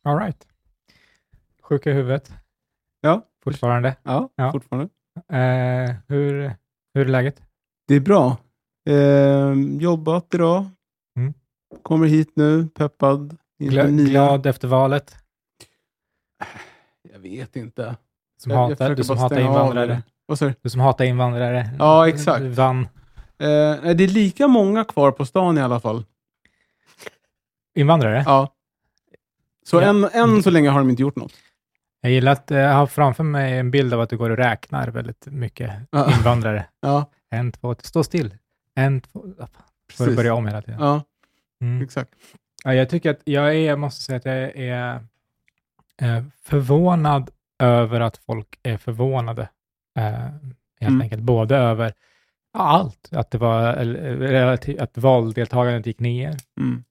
All right. Sjuka i huvudet Ja, fortfarande. ja, Ja. fortfarande. Hur är läget? Det är bra. Jobbat idag. Mm. Kommer hit nu, peppad. inför nya. Glad efter valet? Jag vet inte. Som Jag hatar, försöker du som bara hatar stänga av invandrare. det. Vad sa du? Du som hatar invandrare. Ja, exakt. Du vann. Det är lika många kvar på stan i alla fall. Invandrare? Ja. Så Ja. än så länge har de inte gjort något. Jag gillar att jag har framför mig en bild av att du går och räknar väldigt mycket Ja. invandrare. Ja, 1, 2, stå still. 1, 2, får du precis. börja om hela tiden. Ja, Mm. exakt. Ja, jag tycker att jag måste säga att jag är förvånad över att folk är förvånade. Helt enkelt. Både över allt. Att det var att valdeltagandet gick ner. Mm.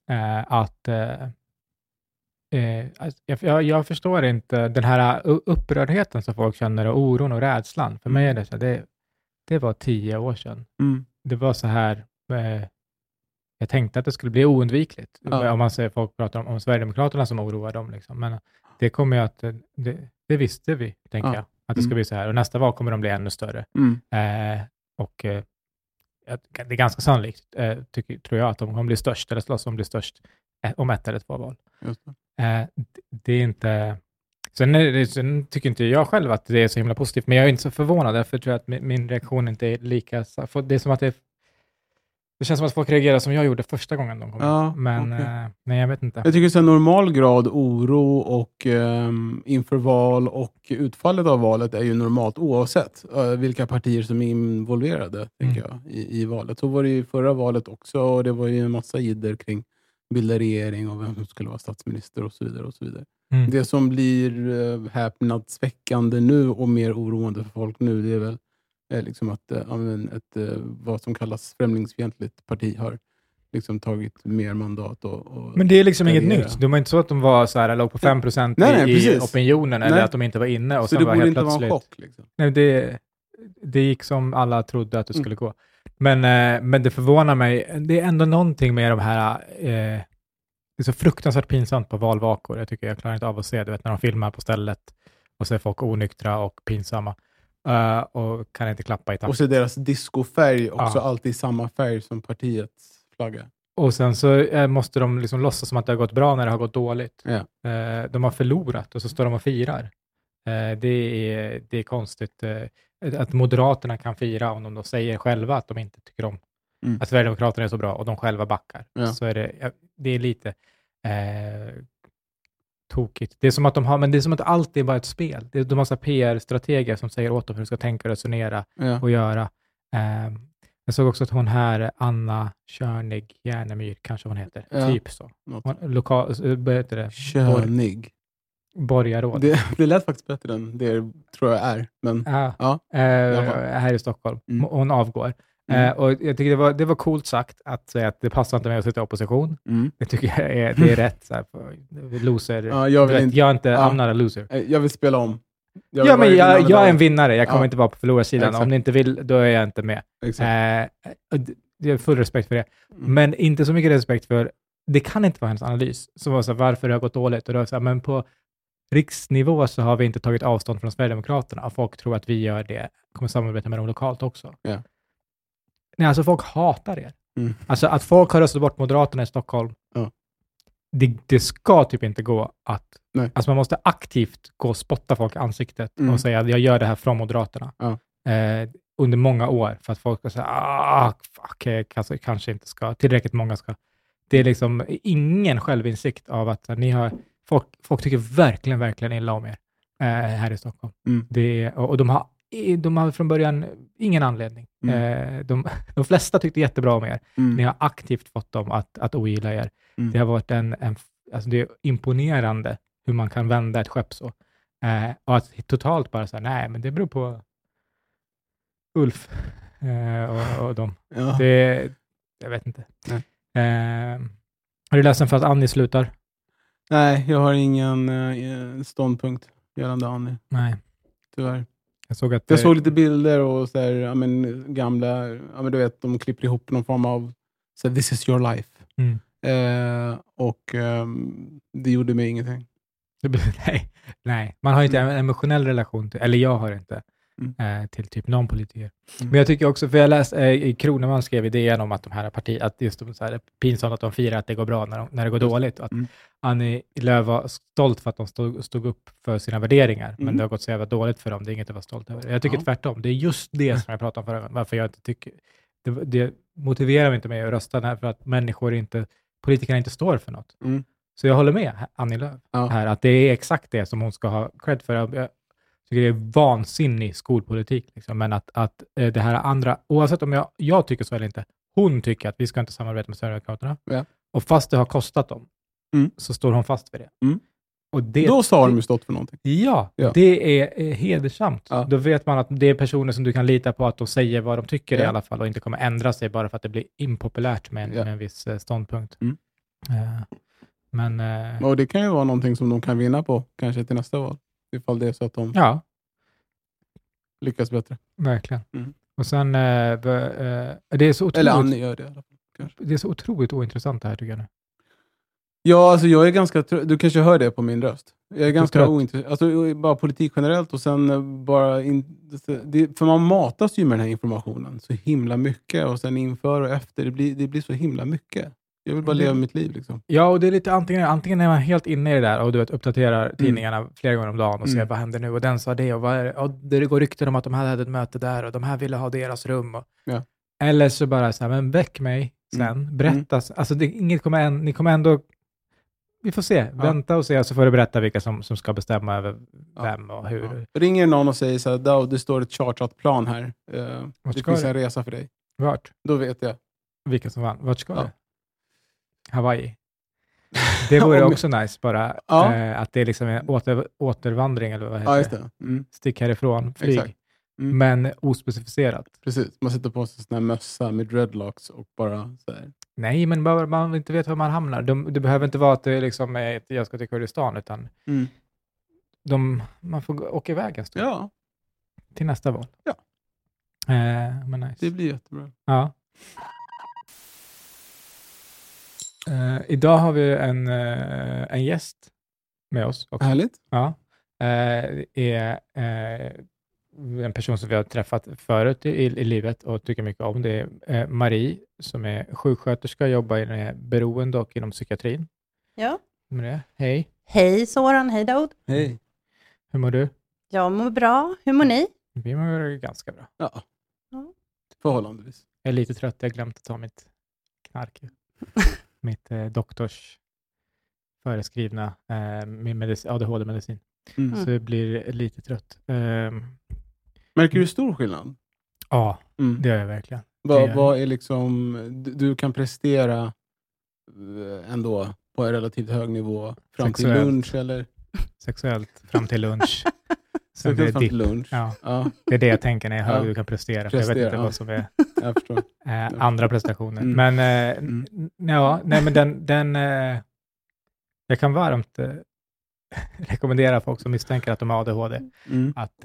Jag förstår inte den här upprördheten som folk känner och oron och rädslan. För mig är det så här, det var 10 år sedan. Mm. Det var så här, jag tänkte att det skulle bli oundvikligt. Ja. Om man säger folk pratar om Sverigedemokraterna som oroar dem. Liksom. Men det kommer ju att, det visste vi, tänker jag, att det ska bli så här. Och nästa val kommer de bli ännu större. Det är ganska sannolikt, tror jag, att de kommer bli störst, eller slåss om bli störst om 1 eller 2 val. Just det. Det är inte... Sen tycker inte jag själv att det är så himla positivt, men jag är inte så förvånad, därför tror jag att min reaktion inte är lika... Det är som att det känns som att folk reagerar som jag gjorde första gången de kom. Ja, men okej. Jag vet inte. Jag tycker så normal grad oro och inför val och utfallet av valet är ju normalt oavsett vilka partier som är involverade, tänker jag, i valet. Så var det i förra valet också, och det var ju en massa jidder kring bilda regering och vem som skulle vara statsminister och så vidare och så vidare. Det som blir häpnadsväckande nu och mer oroande för folk nu, det är väl liksom att vad som kallas främlingsfientligt parti har liksom tagit mer mandat. Men det är liksom inget karriera. nytt. Det var inte så att de var så här, låg på 5% Nej, i precis. opinionen, eller Nej. att de inte var inne och Så sen det var borde helt inte plötsligt... vara en chock. Liksom. Nej, det gick som alla trodde att det skulle gå. Men det förvånar mig. Det är ändå någonting med de här... det är så fruktansvärt pinsamt på valvakor. Jag klarar inte av att se, du vet, när de filmar på stället och så är folk onyktra och pinsamma. Och kan inte klappa i takt. Och så deras discofärg också alltid samma färg som partiets flagga. Och sen så måste de liksom låtsas som att det har gått bra när det har gått dåligt. Ja. De har förlorat och så står de och firar. Det är konstigt att Moderaterna kan fira om de då säger själva att de inte tycker om att Sverigedemokraterna är så bra och de själva backar. Ja. Så är det är lite tokigt. Det är som att men det är som att allt är bara ett spel. De har så PR-strateger som säger åt dem hur de ska tänka, resonera och göra. Jag såg också att hon här, Anna Körnig Järnemyr, kanske hon heter. Typ så. Körnig. Borgarråd. Det lät faktiskt bättre än det tror jag är. Men, här i Stockholm. Hon avgår. Och jag tycker det var coolt sagt att säga att det passar inte med att sitta i opposition. Det tycker jag det är rätt. Så här, loser. Jag är inte, I'm not a loser. Jag vill spela om. Jag är en vinnare. Jag kommer inte vara på förlorarsidan. Exakt. Om ni inte vill, då är jag inte med. Det är full respekt för det. Men inte så mycket respekt för, det kan inte vara hennes analys. Som var så här, varför det har gått dåligt. Och då så här, men på riksnivå så har vi inte tagit avstånd från Sverigedemokraterna. Och folk tror att vi gör det. Kommer samarbeta med dem lokalt också. Yeah. Nej, alltså folk hatar er. Alltså att folk har röstat bort Moderaterna i Stockholm. Det ska typ inte gå att... Nej. Alltså man måste aktivt gå och spotta folk i ansiktet och säga att jag gör det här från Moderaterna. Under många år. För att folk ska säga kanske inte ska. Tillräckligt många ska. Det är liksom ingen självinsikt av att ni har... Folk tycker verkligen, verkligen illa om er här i Stockholm. Och de har från början ingen anledning. De flesta tyckte jättebra om er. Ni har aktivt fått dem att ogilla er. Det har varit alltså det är imponerande hur man kan vända ett skepp så. Och att totalt bara säga, nej, men det beror på Ulf och dem. Ja. Jag vet inte. Har du läst den för att Annie slutar? Nej, jag har ingen ståndpunkt gällande Annie. Nej. Tyvärr. Jag såg lite bilder och så här, gamla, du vet, de klipper ihop någon form av så här, this is your life. Och det gjorde mig ingenting. Nej, man har inte en emotionell relation till, eller jag har inte, till typ någon politiker. Men jag tycker också, för jag läste i Kroneman skrev idén om att de här partierna, att just de så här, pinsamt att de firar att det går bra när det går dåligt. Och att Annie Lööf var stolt för att de stod upp för sina värderingar, men det har gått så jävla dåligt för dem, det är inget att vara stolt över. Jag tycker tvärtom, det är just det som jag pratade om förra gången, varför jag inte tycker, det motiverar mig inte med att rösta här, för att politikerna inte står för något. Så jag håller med Annie Lööf här, att det är exakt det som hon ska ha cred för. Jag tycker det är vansinnig skolpolitik, liksom. Men att det här andra, oavsett om jag tycker så eller inte, hon tycker att vi ska inte samarbeta med Sverigedemokraterna. Ja. Och fast det har kostat dem, så står hon fast vid det. Och då har de ju stått för någonting. Ja, det är hedersamt. Ja. Då vet man att det är personer som du kan lita på att de säger vad de tycker i alla fall och inte kommer ändra sig bara för att det blir impopulärt med en viss ståndpunkt. Och det kan ju vara någonting som de kan vinna på kanske till nästa val. Ifall det är så att de lyckas bättre. Verkligen. Och sen det är så otroligt, eller Annie gör det i alla fall. Kanske. Det är så otroligt ointressant det här, tycker jag nu. Ja, alltså jag är ganska du kanske hör det på min röst. Jag är ganska ointresserad. Alltså bara politik generellt och sen bara för man matas ju med den här informationen så himla mycket och sen inför och efter det blir så himla mycket. Jag vill bara leva mitt liv liksom. Ja, och det är lite antingen är man helt inne i det där och du vet, uppdaterar tidningarna flera gånger om dagen och ser vad händer nu och den sa det och vad är det? Och det går rykten om att de här hade ett möte där och de här ville ha deras rum. Eller så bara så här, men väck mig sen, berätta. Alltså ni kommer ändå, vi får se, vänta och se så får du berätta vilka som ska bestämma över vem och hur. Ringer någon och säger så här, det står ett chartrat plan här. Det finns en resa för dig. Vart? Då vet jag. Vilka som vann. Vart ska du? Hawaii. Det vore också nice bara att det är liksom en återvandring eller vad heter just det. Stick härifrån, flyg. Exakt. Men ospecificerat. Precis, man sätter på sig sån här mössa med dreadlocks och bara så här. Nej, men bara man inte vet var man hamnar. Det behöver inte vara att det liksom är jag ska till Kurdistan, utan man får åka iväg en stund. Ja. Till nästa val. Ja. Men nice. Det blir jättebra. Ja. Idag har vi en gäst med oss också. Härligt. Ja. Är en person som vi har träffat förut i livet och tycker mycket om. Det är Marie som är sjuksköterska, jobbar i beroende och inom psykiatrin. Ja. Hej. Hej Soran, hej Daud. Hej. Hur mår du? Jag mår bra. Hur mår ni? Vi mår ganska bra. Ja. Förhållandevis. Jag är lite trött, jag har glömt att ta mitt knark. Mitt doktors föreskrivna ADHD-medicin. Så jag blir lite trött. Märker du stor skillnad? Ja, det gör jag verkligen. Vad är liksom, du kan prestera ändå på en relativt hög nivå fram till lunch eller? Sexuellt fram till lunch. Sen fram till lunch. Ja. Det är det jag tänker när jag hör hur du kan prestera. För jag vet inte vad som är jag förstår. Andra prestationer. Men men den jag kan varmt rekommendera folk som misstänker att de har ADHD att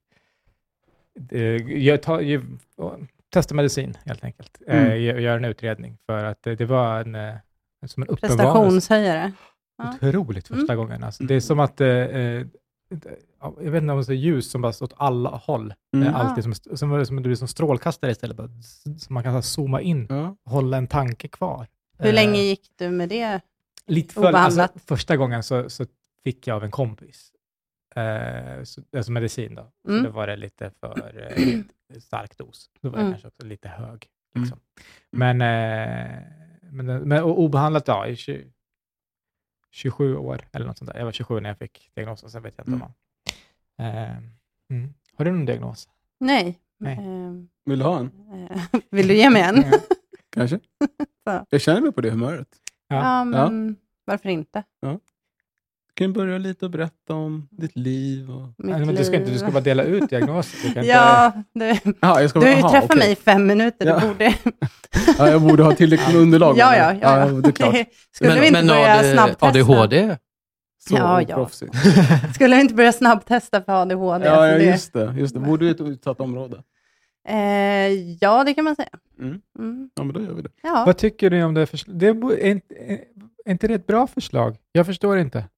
testa medicin helt enkelt. Gör en utredning för att det var som en uppenbarelse. Prestationshöjare. Otroligt första gången. Alltså. Det är som att jag vet inte om det är ljus som bara står åt alla håll. Alltid som det blir som strålkastare istället. Så man kan zooma in och hålla en tanke kvar. Hur länge gick du med det? Lite för, första gången så fick jag av en kompis. Alltså medicin då. Så då var det lite för stark dos. Då var det kanske också lite hög. Liksom. Men obehandlat i 27 år eller något sånt där. Jag var 27 när jag fick diagnosen, sen vet jag inte om Har du någon diagnos? Nej. Vill du ha en? Vill du ge mig en? Kanske. Jag känner mig på det humöret. Ja, men varför inte? Ja. Du kan börja lite och berätta om ditt liv. Men du ska bara dela ut diagnoser. Jag ska du har ju träffat mig i 5 minuter. Ja. Du borde... jag borde ha tillräckligt med underlag. Ja. Det är klart. Skulle vi inte börja snabbtesta? ADHD? Skulle vi inte börja snabbtesta för ADHD? Ja, just det. Borde vi ett utsatt område? Ja, det kan man säga. Ja, men då gör vi det. Ja. Vad tycker ni om det förslaget? Är inte det ett bra förslag? Jag förstår inte.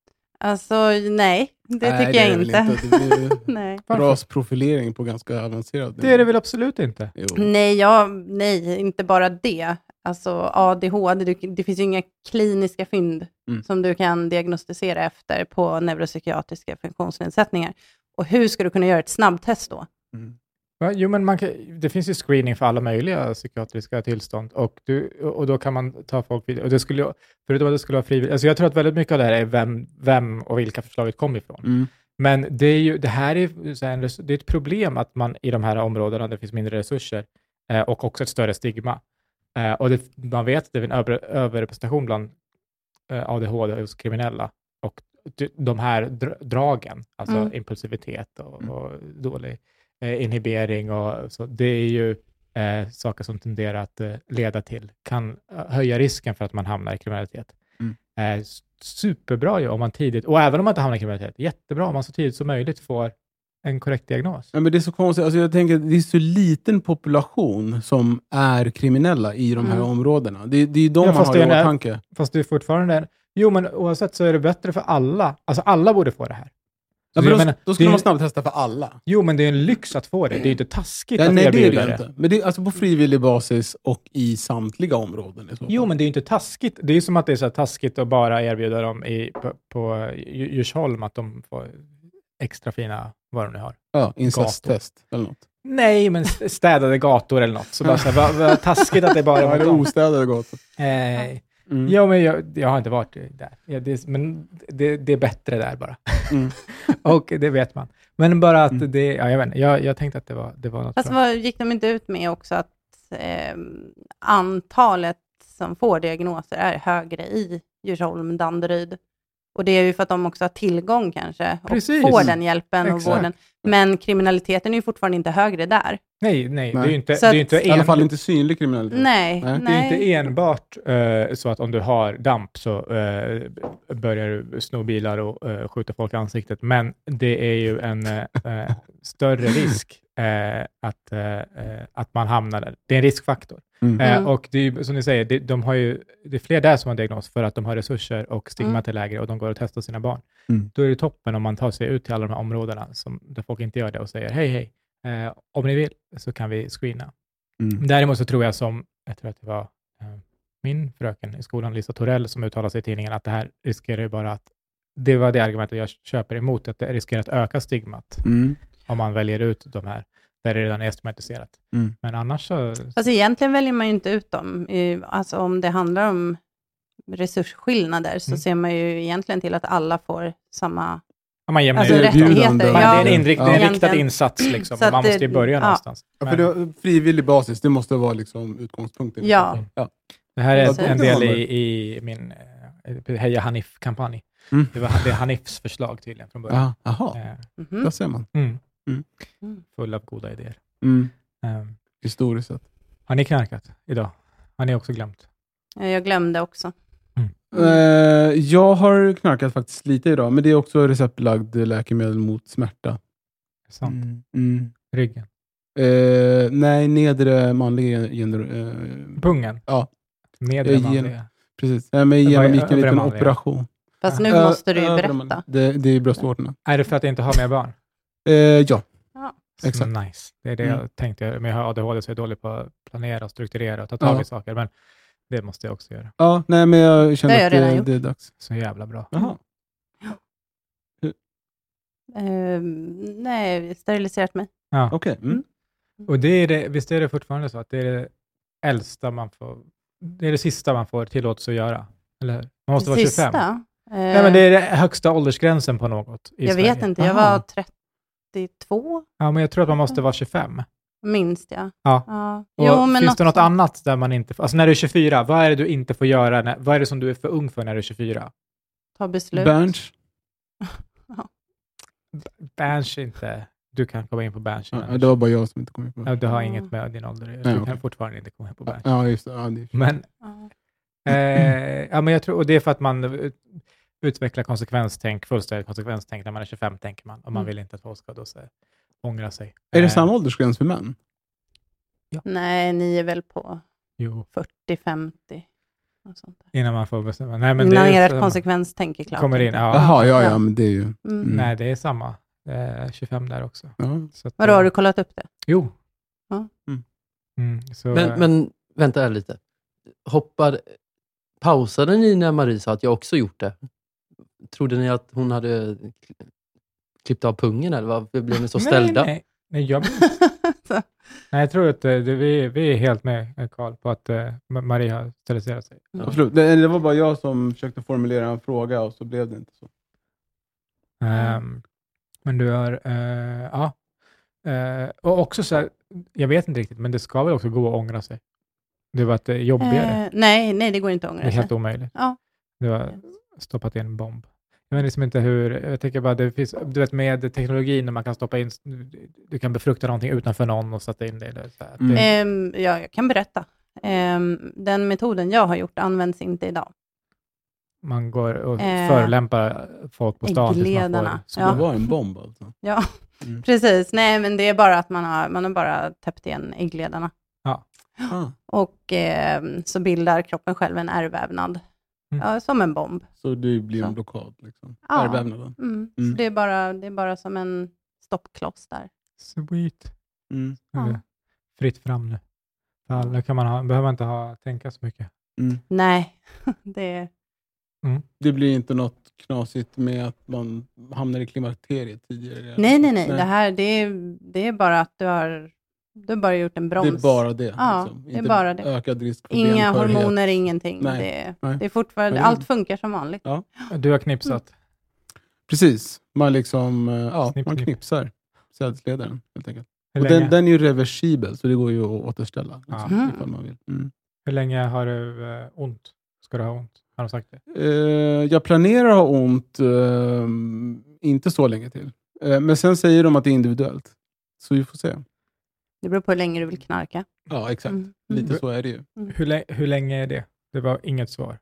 Alltså, nej. Det tycker jag inte. Nej. Rasprofilering på ganska avancerad. Det är det väl absolut inte? Jo. Nej, inte bara det. Alltså ADHD, det finns ju inga kliniska fynd som du kan diagnostisera efter på neuropsykiatriska funktionsnedsättningar. Och hur ska du kunna göra ett snabbtest då? Jo, men det finns ju screening för alla möjliga psykiatriska tillstånd och då kan man ta folk vidare. Och det skulle, förutom att det skulle vara frivilligt. Alltså jag tror att väldigt mycket av det här är vem och vilka förslaget kommer ifrån. Men det är ett problem att man i de här områdena där det finns mindre resurser och också ett större stigma. Och man vet att det är en överrepresentation bland ADHD hos kriminella. Och de här dragen, alltså impulsivitet och dålig inhibering och så, det är ju saker som tenderar att leda till, kan höja risken för att man hamnar i kriminalitet. Superbra ju om man tidigt, och även om man inte hamnar i kriminalitet, jättebra om man så tidigt som möjligt får en korrekt diagnos. Ja, men det är så konstigt, alltså jag tänker att det är så liten population som är kriminella i de här områdena. Det är de man har i åtanke. Fast det är fortfarande, men oavsett så är det bättre för alla. Alltså alla borde få det här. Ja, men då skulle man snabbtesta för alla. Jo, men det är en lyx att få det. Det är inte taskigt att erbjuda det. Inte. Men det är alltså på frivillig basis och i samtliga områden. Jo, men det är inte taskigt. Det är som att det är så taskigt att bara erbjuda dem på Djursholm att de får extra fina, vad de nu har. Ja, incesttest eller något. Nej, men städade gator eller något. Så bara så här, vad taskigt att det bara var ostädade gator. Ja, men jag har inte varit där. Men det är bättre där bara. Och det vet man. Men bara att det, jag vet inte, jag tänkte att det var något. Fast vad gick de inte ut med också att antalet som får diagnoser är högre i Djursholm, Danderyd. Och det är ju för att de också har tillgång kanske och får den hjälpen och vården. Men kriminaliteten är ju fortfarande inte högre där. Nej. Det är ju inte i alla fall inte synlig kriminalitet. Nej. Det är inte enbart så att om du har damp så börjar du sno bilar och skjuta folk i ansiktet. Men det är ju en större risk att man hamnar där. Det är en riskfaktor. Och det är, som ni säger, det är fler där som har diagnos för att de har resurser och stigmat är lägre och de går och testar sina barn. Då är det toppen om man tar sig ut till alla de här områdena där folk inte gör det och säger hej, om ni vill så kan vi screena. Däremot så tror jag att det var min fröken i skolan, Lisa Torell, som uttalade sig i tidningen att det här riskerar ju bara att, det var det argumentet jag köper emot, att det riskerar att öka stigmat om man väljer ut de här där det redan är stigmatiserat. Men annars så... Alltså egentligen väljer man ju inte ut dem. Alltså om det handlar om resursskillnader så ser man ju egentligen till att alla får samma rättigheter. Det är en riktad insats liksom. Man måste ju börja någonstans. Ja, för det, frivillig basis, det måste vara liksom utgångspunkten. Ja. Det här är en del i min Heja Hanif-kampanj. Det är Hanifs förslag tydligen från början. Jaha, där ser man. Full av goda idéer. Historiskt sett. Har ni knarkat idag? Har ni också glömt? Jag glömde också. Jag har knarkat faktiskt lite idag, men det är också receptlagd läkemedel mot smärta. Sant. Ryggen? Nej, nedre manliga pungen? Ja. Nedre manliga? Precis. Men genomgick en liten operation. Fast nu måste du ju berätta. Det är bröstvårtorna. Är det för att jag inte har mer barn? Ja. Exakt. Nice. Det är det jag tänkte. Men jag har ADHD så jag är dålig på att planera och strukturera och ta tag i saker. Men det måste jag också göra. Ja, nej, men jag känner att det är dags. Så jävla bra. Jaha. Nej, steriliserat mig. Ja. Okej. Och det är det, visst är det fortfarande så att det är det äldsta man får, det är det sista man får tillåtelse att göra? Eller hur? Man måste vara 25. Nej, men det är det högsta åldersgränsen på något i Jag Sverige. vet inte, jag var 32. Ja, men jag tror att man måste vara 25. Minst, ja. Och men finns det något annat där man inte... Alltså när du är 24, vad är det du inte får göra? Vad är det som du är för ung för när du är 24? Ta beslut. Berns. Berns inte... Du kan komma in på Berns. Det var bara jag som inte kom in på Berns. Du har inget med din ålder. Du kan fortfarande inte komma in på Berns. Ja, just det. Men... men jag tror... Och det är för att man utvecklar konsekvenstänk, fullständigt konsekvenstänk. När man är 25 tänker man. Och man vill inte att folk ska då ångra sig. Är det samma åldersgräns för män? Ja. Nej, ni är väl på 40-50. och sånt där. Innan man får bestämma. Nej, men innan det är ert konsekvenstänk är klart. Kommer in, ja. Jaha, ja, men det är ju... Nej, det är samma. 25 där också. Ja. Så att, Vadå, har du kollat upp det? Jo. Ja. Så, Men vänta här lite. Pausade ni när Marie sa att jag också gjort det? Trodde ni att hon hade klippt av pungen eller vad? Blev ni så ställda? Nej, jag jag tror att vi är helt med Carl på att Marie har steriliserat sig. Absolut. Det var bara jag som försökte formulera en fråga och så blev det inte så. Men du har, och också så här, jag vet inte riktigt, men det ska väl också gå att ångra sig. Det var att det är jobbigare. Nej, det går inte att ångra sig. Det är helt omöjligt. Ja. Det var stoppat in en bomb. Jag vet liksom inte hur, jag tänker bara, det finns, du vet med teknologin när man kan stoppa in, du kan befrukta någonting utanför någon och sätta in det. Eller så här. Jag kan berätta. Den metoden jag har gjort används inte idag. Man går och förolämpar folk på stan. Äggledarna. Så det var en bomb alltså? Ja, precis. Nej, men det är bara att man har bara täppt igen äggledarna. Ja. Och så bildar kroppen själv en ärrvävnad. Ja, som en bomb. Så det blir en blockad liksom? Ja. Ärrvävnaden? Så det är bara som en stoppkloss där. Sweet. Ja. Fritt fram nu. Nu behöver man inte tänka så mycket. Nej, Det blir inte något knasigt med att man hamnar i klimakteriet tidigare? Nej. Det är bara att du har bara gjort en broms. Det är bara det? Ja, liksom. det är inte bara det. Ökad risk för inga benskörhet. hormoner, ingenting. Nej. Det är fortfarande, allt funkar som vanligt. Ja. Du har knipsat. Precis. Man liksom, man knipsar sädesledaren helt enkelt. Och den är ju reversibel, så det går ju att återställa. Liksom, ifall man vill. Hur länge har du ont? Ska du ha ont? Har de sagt det? Jag planerar att ha ont inte så länge till. Men sen säger de att det är individuellt. Så vi får se. Det beror på hur länge du vill knarka. Ja, exakt. Lite så är det ju. Hur länge är det? Det var inget svar.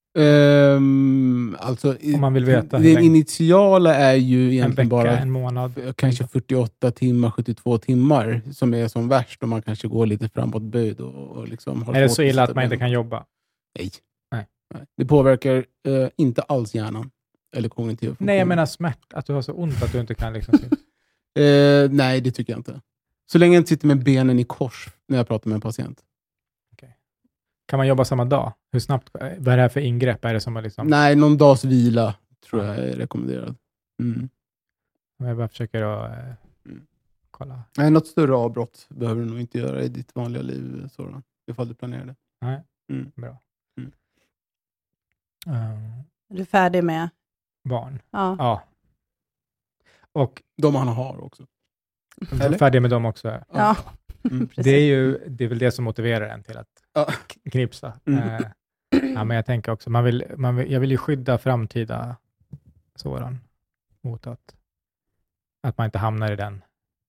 Alltså, om man vill veta. Det initiala är ju egentligen en vecka, bara en månad. Kanske 48 timmar, 72 timmar som är som värst. Och man kanske går lite framåt böjd. Och liksom har är det så illa att man inte kan jobba? Nej. Det påverkar inte alls hjärnan. Eller kognitiv funktion. Nej, jag menar smärt. Att du har så ont att du inte kan liksom... nej, det tycker jag inte. Så länge jag inte sitter med benen i kors när jag pratar med en patient. Okay. Kan man jobba samma dag? Hur snabbt? Vad är det här för ingrepp? Är det som att liksom... Nej, någon dags vila tror jag är rekommenderad. Jag bara försöker att kolla. Nej, något större avbrott behöver du nog inte göra i ditt vanliga liv, sådan, ifall du planerar det. Nej, bra. Är du färdig med? Barn? Ja. Och de han har också. Färdig med dem också? Ja. Det är väl det som motiverar en till att knipsa. Men jag tänker också, jag vill ju skydda framtida sådan mot att man inte hamnar i den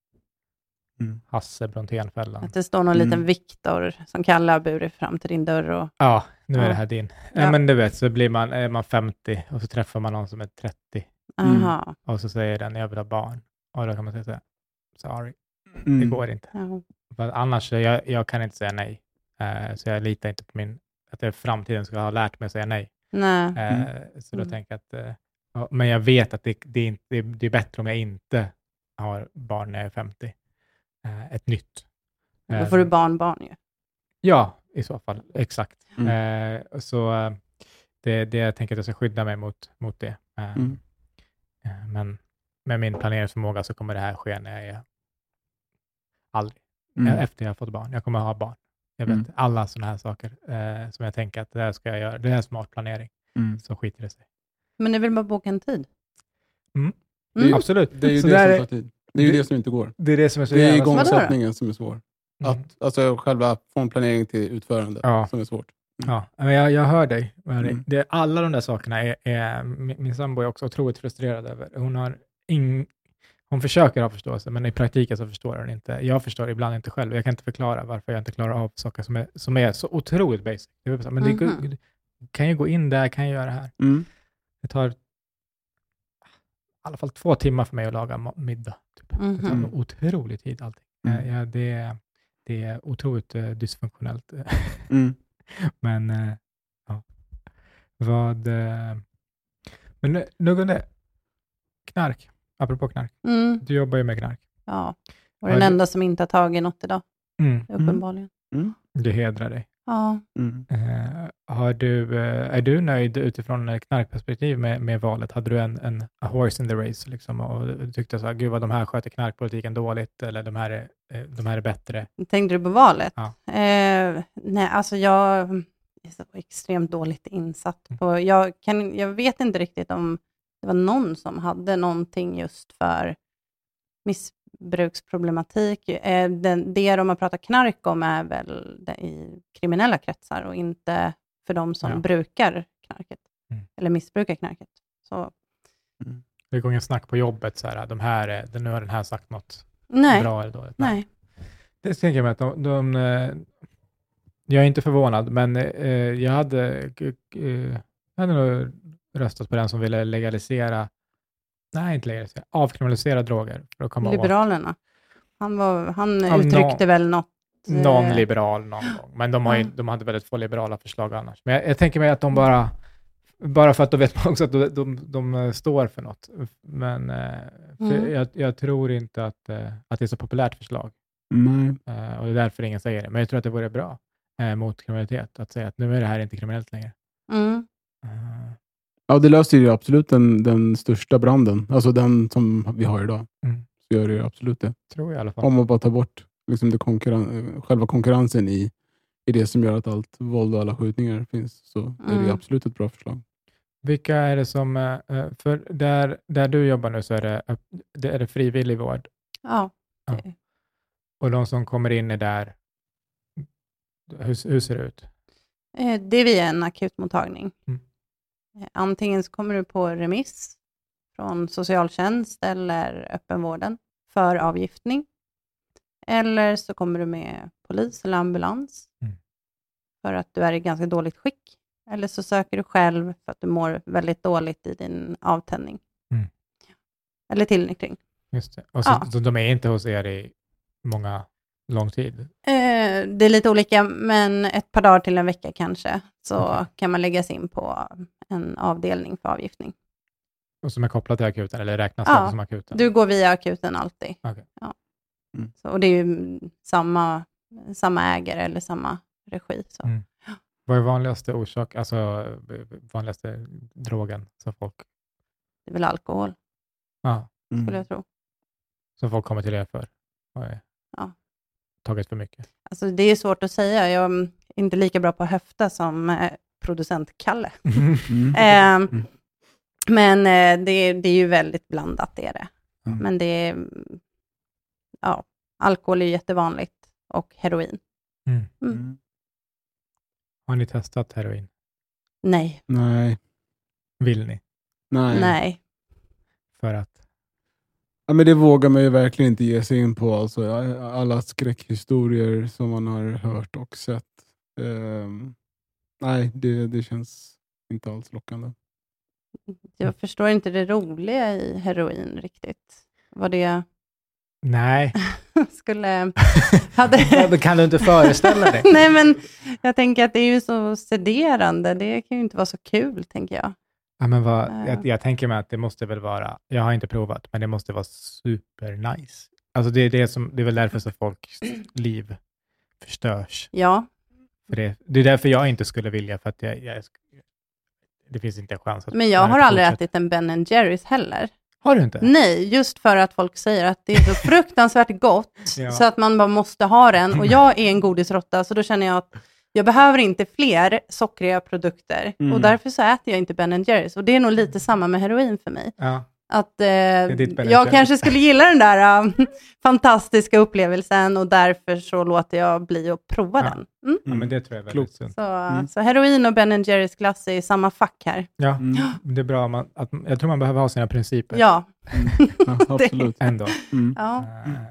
Hasse Brontén-fällan. Att det står någon liten Viktor som kallar burit fram till din dörr. Och... Ja, nu är det här din. Men du vet, så är man 50 och så träffar man någon som är 30. Och så säger den, jag vill ha barn. Och då kan man säga, sorry, det går inte. För annars, jag kan inte säga nej. Så jag litar inte på att det framtiden ska ha lärt mig att säga nej. Så då tänker jag att, men jag vet att det är bättre om jag inte har barn när jag är 50. Ett nytt. Då får du barnbarn ju. Ja, i så fall. Exakt. Så det jag tänker att jag ska skydda mig mot det. Men med min planeringsförmåga så kommer det här ske när jag är aldrig. Efter jag har fått barn. Jag kommer att ha barn. Jag vet alla sådana här saker som jag tänker att det här ska jag göra. Det här är smart planering. Så skiter det sig. Men det vill bara boka en tid. Absolut. Det är ju så det som tar tid. Det är ju det som inte går. Det är det som är så jävla svårt. Det är igångsättningen som är svår. Alltså själva från planering till utförande som är svårt. Ja, men jag hör dig. Alla de där sakerna är min sambo är också otroligt frustrerad över. Hon försöker ha förståelse, men i praktiken så förstår hon inte. Jag förstår ibland inte själv. Jag kan inte förklara varför jag inte klarar av saker som är så otroligt basic. Men det kan ju gå in där, kan jag göra det här. Det tar i alla fall 2 timmar för mig att laga middag. Typ. Det tar otrolig tid allting. Det är otroligt dysfunktionellt. Men Men nu går det. Knark. Apropå knark. Du jobbar ju med knark. Ja, och den enda som inte har tagit något idag. Uppenbarligen. Det hedrar dig. Ja. Är du nöjd utifrån knarkperspektiv med valet? Hade du en horse in the race liksom, och du tyckte så här, gud vad de här sköter knarkpolitiken dåligt, eller de här är bättre? Tänkte du på valet? Ja. Nej, alltså jag är så extremt dåligt insatt på. Jag vet inte riktigt om det var någon som hade någonting just för missbruksproblematik. Det de har pratat knark om är väl i kriminella kretsar och inte för de som brukar knarket eller missbrukar knarket. Så. Det går ingen snack på jobbet så här, nu har den här sagt något bra eller dåligt. Nej. Det tänker jag mig att jag är inte förvånad, men jag hade nog röstat på den som ville avkriminalisera droger. För att komma Liberalerna. Han uttryckte väl något. Någon liberal någon gång. Men de hade väldigt få liberala förslag annars. Men jag tänker mig att de bara för att då vet man också att de står för något. Men för jag tror inte att det är så populärt förslag. Och det är därför ingen säger det. Men jag tror att det vore bra mot kriminalitet att säga att nu är det här inte kriminellt längre. Ja, det löser ju absolut den största branden. Alltså den som vi har idag. Så gör det ju absolut det. Tror jag i alla fall. Om man bara tar bort liksom själva konkurrensen i det som gör att allt våld och alla skjutningar finns, så är det absolut ett bra förslag. Vilka är det som, för där du jobbar nu så är det frivillig vård? Ja. Och de som kommer in är där, hur ser det ut? Det är via en akutmottagning. Antingen så kommer du på remiss från socialtjänst eller öppenvården för avgiftning. Eller så kommer du med polis eller ambulans för att du är i ganska dåligt skick. Eller så söker du själv för att du mår väldigt dåligt i din avtändning. Eller tillnyktring. Just det. Och så de är inte hos er i lång tid? Det är lite olika, men ett par dagar till en vecka kanske. Så kan man läggas in på en avdelning för avgiftning. Och som är kopplat till akuten, eller räknas det som akuten? Du går via akuten alltid. Okay. Ja. Så, och det är ju samma ägare eller samma regi. Så. Vad är vanligaste vanligaste drogen som folk... Det är väl alkohol. Ja. Skulle jag tro. Som folk kommer till er för? Tagit för mycket? Alltså det är svårt att säga. Jag är inte lika bra på att höfta som producent Kalle. Men det är ju väldigt blandat, det är det. Men det är... alkohol är jättevanligt. Och heroin. Har ni testat heroin? Nej. Vill ni? Nej. För att? Ja, men det vågar man ju verkligen inte ge sig in på. Alltså, alla skräckhistorier som man har hört och sett. Nej, det känns inte alls lockande. Jag förstår inte det roliga i heroin riktigt. Vad det... Nej. Kan du inte föreställa dig? Nej, men jag tänker att det är ju så sederande. Det kan ju inte vara så kul, tänker jag. Ja, men jag tänker mig att det måste väl vara, jag har inte provat, men det måste vara super nice. Alltså det är väl därför så folks liv förstörs. Ja. För det är därför jag inte skulle vilja, för att det finns inte en chans. Men jag har aldrig ätit en Ben & Jerry's heller. Har du inte? Nej, just för att folk säger att det är så fruktansvärt gott så att man bara måste ha den. Och jag är en godisrotta, så då känner jag att jag behöver inte fler sockriga produkter. Och därför så äter jag inte Ben & Jerry's. Och det är nog lite samma med heroin för mig. Ja. Att jag kanske skulle gilla den där fantastiska upplevelsen och därför så låter jag bli att prova den. Ja, men det tror jag är väldigt sunt. Så heroin och Ben & Jerry's glass är i samma fack här. Ja, det är bra. Jag tror man behöver ha sina principer. Ja. Ja, absolut. Ändå. Ja.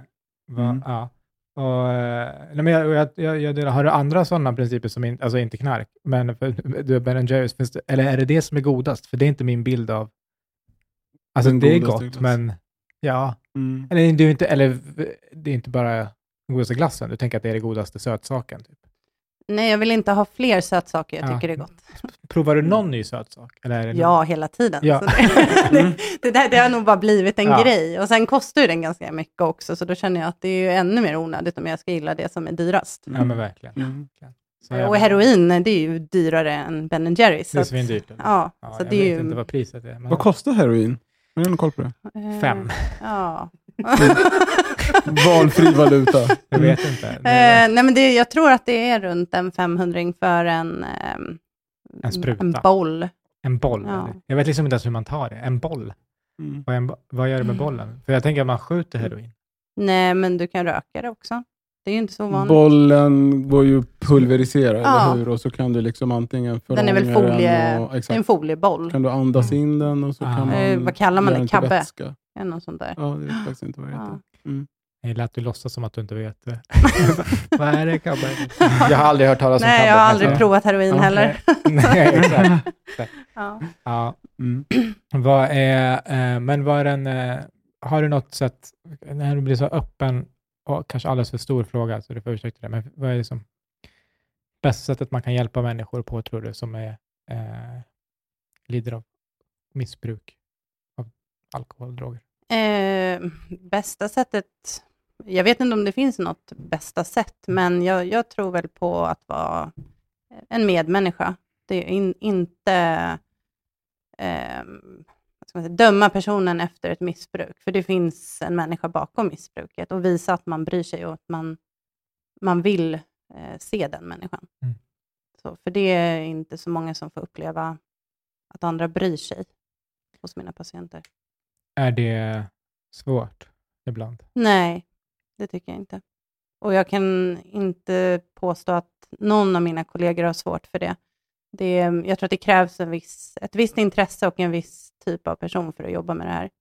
Har du andra sådana principer som alltså inte knark, men för Ben & Jerry's, eller är det som är godast? För det är inte min bild av... Alltså det är gott, men eller det är inte bara den godaste glassen. Du tänker att det är det godaste sötsaken typ. Nej, jag vill inte ha fler sötsaker. Jag tycker det är gott. Provar du någon ny sötsak? Eller är det Ja, hela tiden. Ja. Så det har nog bara blivit en grej. Och sen kostar ju den ganska mycket också. Så då känner jag att det är ju ännu mer onödigt om jag ska gilla det som är dyrast. Ja, men verkligen. Och heroin, det är ju dyrare än Ben & Jerry's. Det är svindyrt. Ja, så jag det är vet ju... inte vad priset är. Men... Vad kostar heroin? Har du någon koll på det? 5. Ja. Valfri valuta. Jag vet inte. Nej, men jag tror att det är runt en 500 för en spruta. En boll. En boll? Ja. Jag vet liksom inte ens hur man tar det. En boll? Vad gör det med bollen? För jag tänker att man skjuter heroin. Nej, men du kan röka det också. Det är ju inte så vanligt. Bollen går ju pulverisera, eller hur? Och så kan du liksom antingen den är väl folie, och, en folieboll. Kan du andas in den och så kan man... vad kallar man det? Kabbe? Vätska. Eller något sånt där. Ja, det vet faktiskt inte vad det heter. Jag gillar att du låtsas som att du inte vet det. Vad är det, kabbe? Jag har aldrig hört talas om kabbe. Nej, jag har aldrig provat heroin heller. Nej, exakt. Ja. Vad är den... har du något sätt, när du blir så öppen och kanske alldeles för stor fråga, så du får ursäkta det, men vad är det som bästa sättet man kan hjälpa människor på, tror du, som är lider av missbruk av alkohol och droger? Bästa sättet, jag vet inte om det finns något bästa sätt, men jag tror väl på att vara en medmänniska. Det är inte döma personen efter ett missbruk, för det finns en människa bakom missbruket, och visa att man bryr sig och att man vill se den människan. Så, för det är inte så många som får uppleva att andra bryr sig hos mina patienter. Är det svårt ibland? Nej, det tycker jag inte. Och jag kan inte påstå att någon av mina kollegor har svårt för det. Jag tror att det krävs ett visst intresse och en viss typ av person för att jobba med det här.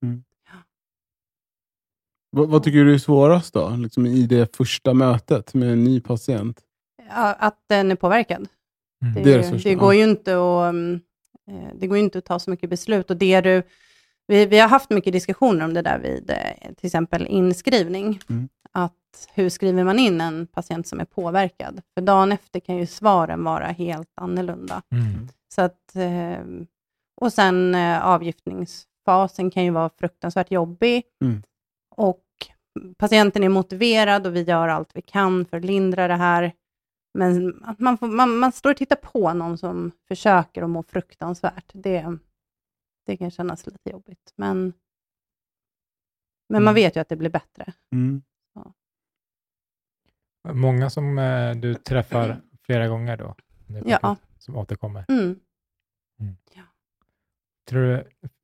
Vad tycker du är svårast då? Liksom i det första mötet med en ny patient? Ja, att den är påverkad. Det går ju inte att ta så mycket beslut. Och vi har haft mycket diskussioner om det där vid till exempel inskrivning. Att hur skriver man in en patient som är påverkad? För dagen efter kan ju svaren vara helt annorlunda. Så att, och sen avgiftningsfasen kan ju vara fruktansvärt jobbig. Och patienten är motiverad och vi gör allt vi kan för att lindra det här. Men att man står och tittar på någon som försöker att må fruktansvärt. Det kan kännas lite jobbigt. Men man vet ju att det blir bättre. Ja. Många som du träffar flera gånger då? Som återkommer? Ja. Tror du,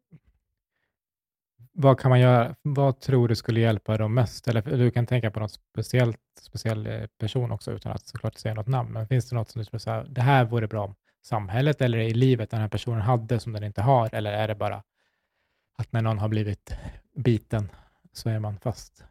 vad kan man göra? Vad tror du skulle hjälpa dem mest? Eller du kan tänka på någon speciell person också, utan att såklart säga något namn. Men finns det något som du tror så här, det här vore bra om samhället eller i livet den här personen hade som den inte har? Eller är det bara att när någon har blivit biten så är man fast?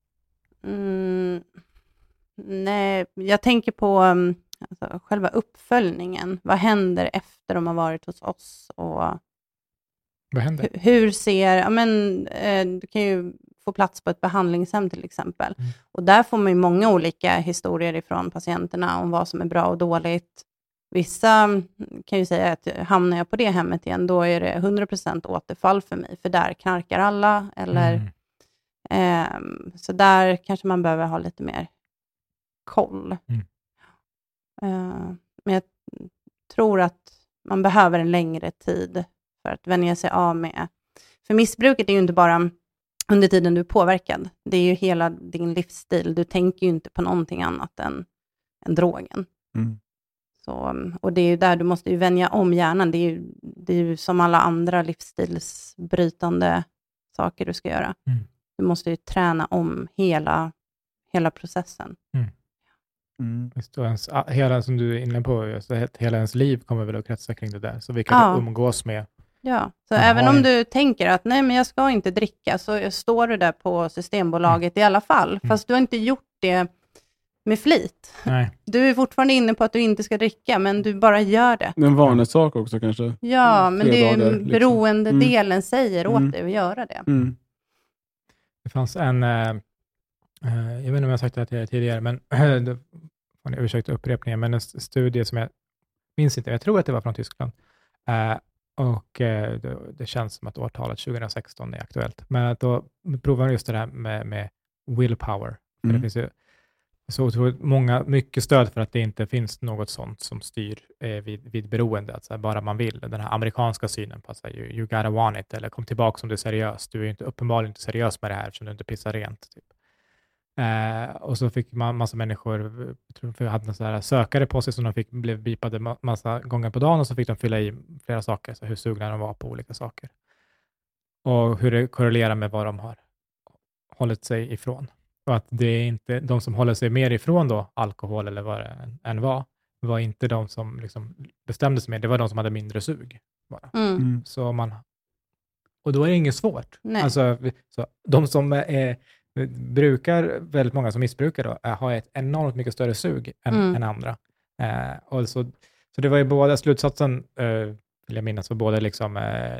Nej, jag tänker på själva uppföljningen. Vad händer efter de har varit hos oss? Och vad händer? Hur ser... du kan ju få plats på ett behandlingshem till exempel. Och där får man ju många olika historier ifrån patienterna om vad som är bra och dåligt. Vissa kan ju säga att hamnar jag på det hemmet igen, då är det 100% återfall för mig. För där knarkar alla. Eller, så där kanske man behöver ha lite mer koll. Men jag tror att man behöver en längre tid för att vänja sig av med. För missbruket är ju inte bara under tiden du är påverkad. Det är ju hela din livsstil. Du tänker ju inte på någonting annat än drogen. Så, och det är ju där du måste ju vänja om hjärnan. Det är ju som alla andra livsstilsbrytande saker du ska göra. Du måste ju träna om hela processen. Just då, hela som du är inne på, så hela ens liv kommer väl att kretsa kring det där. Så vi kan umgås med. Ja, så även om du tänker att nej, men jag ska inte dricka, så står du där på Systembolaget i alla fall. Fast du har inte gjort det med flit. Nej. Du är fortfarande inne på att du inte ska dricka, men du bara gör det. Det är en vanesak också kanske. Ja, men det är ju beroendedelen säger åt dig att göra det. Det fanns en, jag vet inte om jag har sagt det här tidigare, men får ni ursäkta upprepningen, men en studie som jag minns inte, jag tror att det var från Tyskland. Det känns som att årtalet 2016 är aktuellt. Men att då provar man just det här med willpower. För det finns ju så mycket stöd för att det inte finns något sånt som styr vid beroende. Alltså bara man vill. Den här amerikanska synen på att you gotta want it, eller kom tillbaka om du är seriös. Du är inte, uppenbarligen inte seriös med det här eftersom du inte pissar rent. Typ. Och så fick man massa människor, jag tror de hade en sån här sökare på sig som de blev bipade massa gånger på dagen, och så fick de fylla i flera saker, så hur sugna de var på olika saker. Och hur det korrelerar med vad de har hållit sig ifrån. Och att det är inte de som håller sig mer ifrån då alkohol eller vad det än var inte de som liksom bestämde sig mer, det var de som hade mindre sug. Bara. Så och då är det inget svårt. Alltså, så de som brukar, väldigt många som missbrukar då, har ett enormt mycket större sug än andra. Och så det var ju båda, slutsatsen vill jag minnas, var båda liksom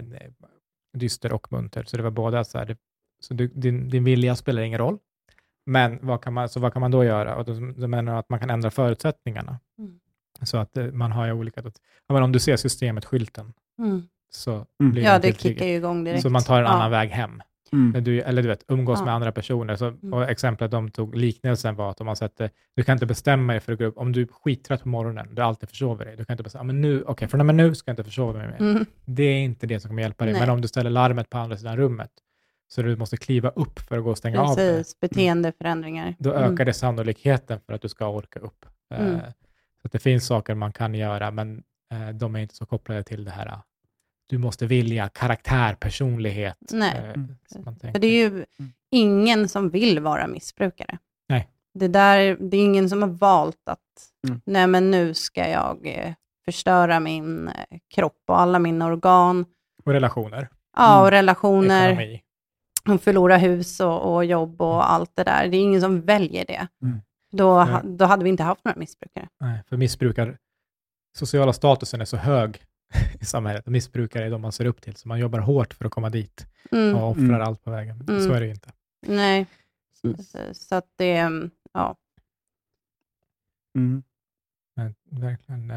dyster och munter. Så det var båda så här, så din vilja spelar ingen roll. Men vad kan man då göra? Och då menar att man kan ändra förutsättningarna. Så att man har ju olika, om du ser systemet, skylten, så blir det det kickar ju igång direkt. Så man tar en annan väg hem. Eller du vet, umgås med andra personer. Så, och exemplet de tog, liknelsen var att om man sätter, du kan inte bestämma dig för att gå upp, om du är skittrött på morgonen, du alltid försover dig, du kan inte bestämma, men nu, från och med nu ska jag inte försova mig mer. Det är inte det som kommer hjälpa dig. Men om du ställer larmet på andra sidan rummet, så du måste kliva upp för att gå och stänga av det. Precis, beteendeförändringar. Då ökar det sannolikheten för att du ska orka upp. Så att det finns saker man kan göra, men de är inte så kopplade till det här. Du måste vilja, karaktär, personlighet. Nej, för det är ju ingen som vill vara missbrukare. Nej. Det är ingen som har valt att nej, men nu ska jag förstöra min kropp och alla mina organ. Och relationer. Ja, och relationer. Ekonomi. Och förlora hus och jobb och allt det där. Det är ingen som väljer det. Då hade vi inte haft några missbrukare. Nej, för sociala statusen är så hög i samhället. Missbrukare är de man ser upp till. Så man jobbar hårt för att komma dit. Och offrar allt på vägen. Så är det ju inte. Nej. Så att det, ja. Men verkligen.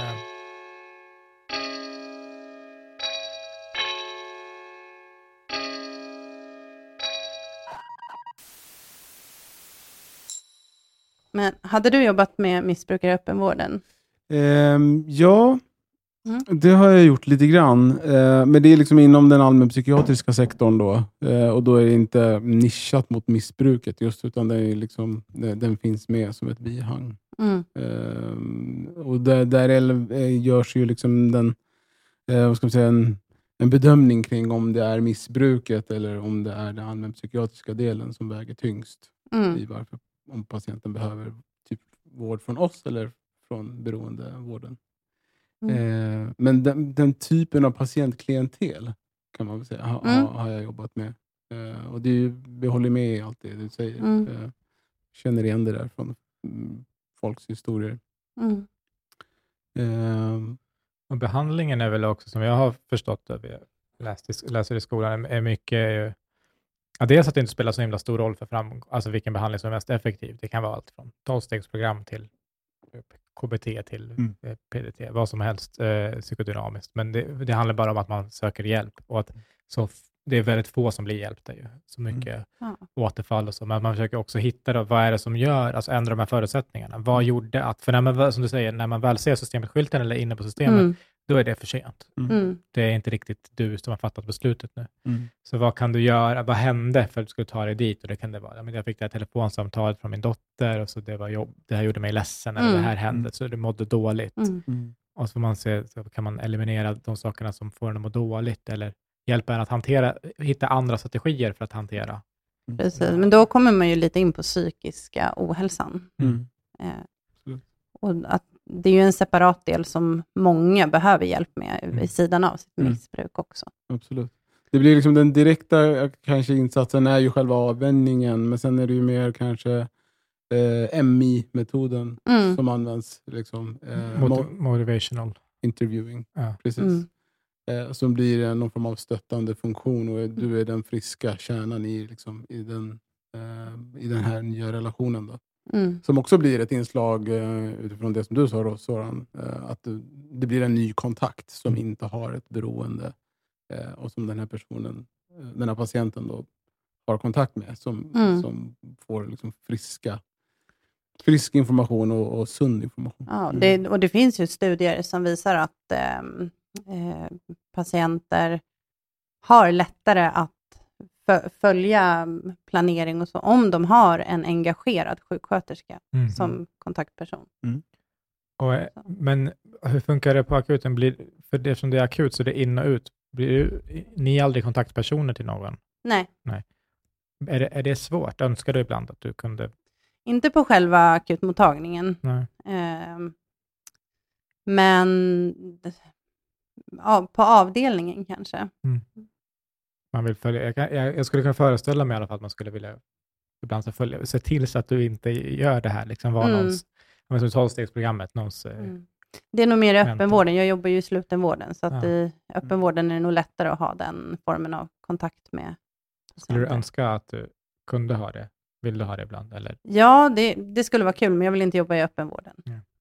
Men hade du jobbat med missbrukare i öppenvården? Ja, det har jag gjort lite grann. Men det är liksom inom den allmänpsykiatriska sektorn då. Och då är det inte nischat mot missbruket just, utan det är liksom, den finns med som ett bihang. Och där görs ju liksom vad ska man säga, en bedömning kring om det är missbruket eller om det är den allmänpsykiatriska delen som väger tyngst i varför, om patienten behöver typ vård från oss eller från beroendevården. Men den typen av patientklientel kan man väl säga har jag jobbat med. Och vi håller med i allt det du säger. Känner igen det där från folks historier. Och behandlingen är väl också, som jag har förstått det, vi läser i skolan, är mycket dels att det inte spelar så himla stor roll för alltså vilken behandling som är mest effektiv. Det kan vara allt från 12-stegsprogram till KBT till PDT, vad som helst psykodynamiskt. Men det handlar bara om att man söker hjälp och att det är väldigt få som blir hjälpta ju. Så mycket återfall och så. Men man försöker också hitta då, vad är det som gör, alltså ändra de här förutsättningarna. Vad gjorde att, för när man, som du säger, när man väl ser systemskylten eller är inne på systemet, då är det för sent. Det är inte riktigt du som har fattat beslutet nu. Så vad kan du göra? Vad hände för att du skulle ta dig dit? Och det kan det vara, jag fick det här telefonsamtalet från min dotter och så det var jobb, det här gjorde mig ledsen eller det här hände så du mådde dåligt. Och så får man se, så kan man eliminera de sakerna som får en att må dåligt eller hjälpa en att hitta andra strategier för att hantera. Precis, men då kommer man ju lite in på psykiska ohälsan. Och att det är ju en separat del som många behöver hjälp med vid sidan av sitt missbruk också. Absolut. Det blir liksom den direkta kanske insatsen är ju själva avvänjningen, men sen är det ju mer kanske MI-metoden som används. Liksom, motivational interviewing. Precis. Som blir någon form av stöttande funktion och du är den friska kärnan i den här nya relationen då. Som också blir ett inslag utifrån det som du sa då, Soran, att det blir en ny kontakt som inte har ett beroende och som den här patienten då har kontakt med, som får liksom frisk information och sund information. Ja, det finns ju studier som visar att patienter har lättare att följa planering och så, om de har en engagerad sjuksköterska som kontaktperson. Men hur funkar det på akuten? För det som det är akut så det är in och ut. Ni är aldrig kontaktpersoner till någon? Nej. Är det svårt? Önskar du ibland att du kunde? Inte på själva akutmottagningen. Nej. Men på avdelningen kanske. Man vill följa. Jag skulle kunna föreställa mig i alla fall att man skulle vilja ibland följa. Se till så att du inte gör det här. Liksom var någons, som 12-stegsprogrammet. Det är nog mer i öppenvården. Jag jobbar ju i slutenvården. Så att i öppenvården är det nog lättare att ha den formen av kontakt med patienter. Skulle du önska att du kunde ha det? Vill du ha det ibland? Eller? Ja, det skulle vara kul. Men jag vill inte jobba i öppenvården.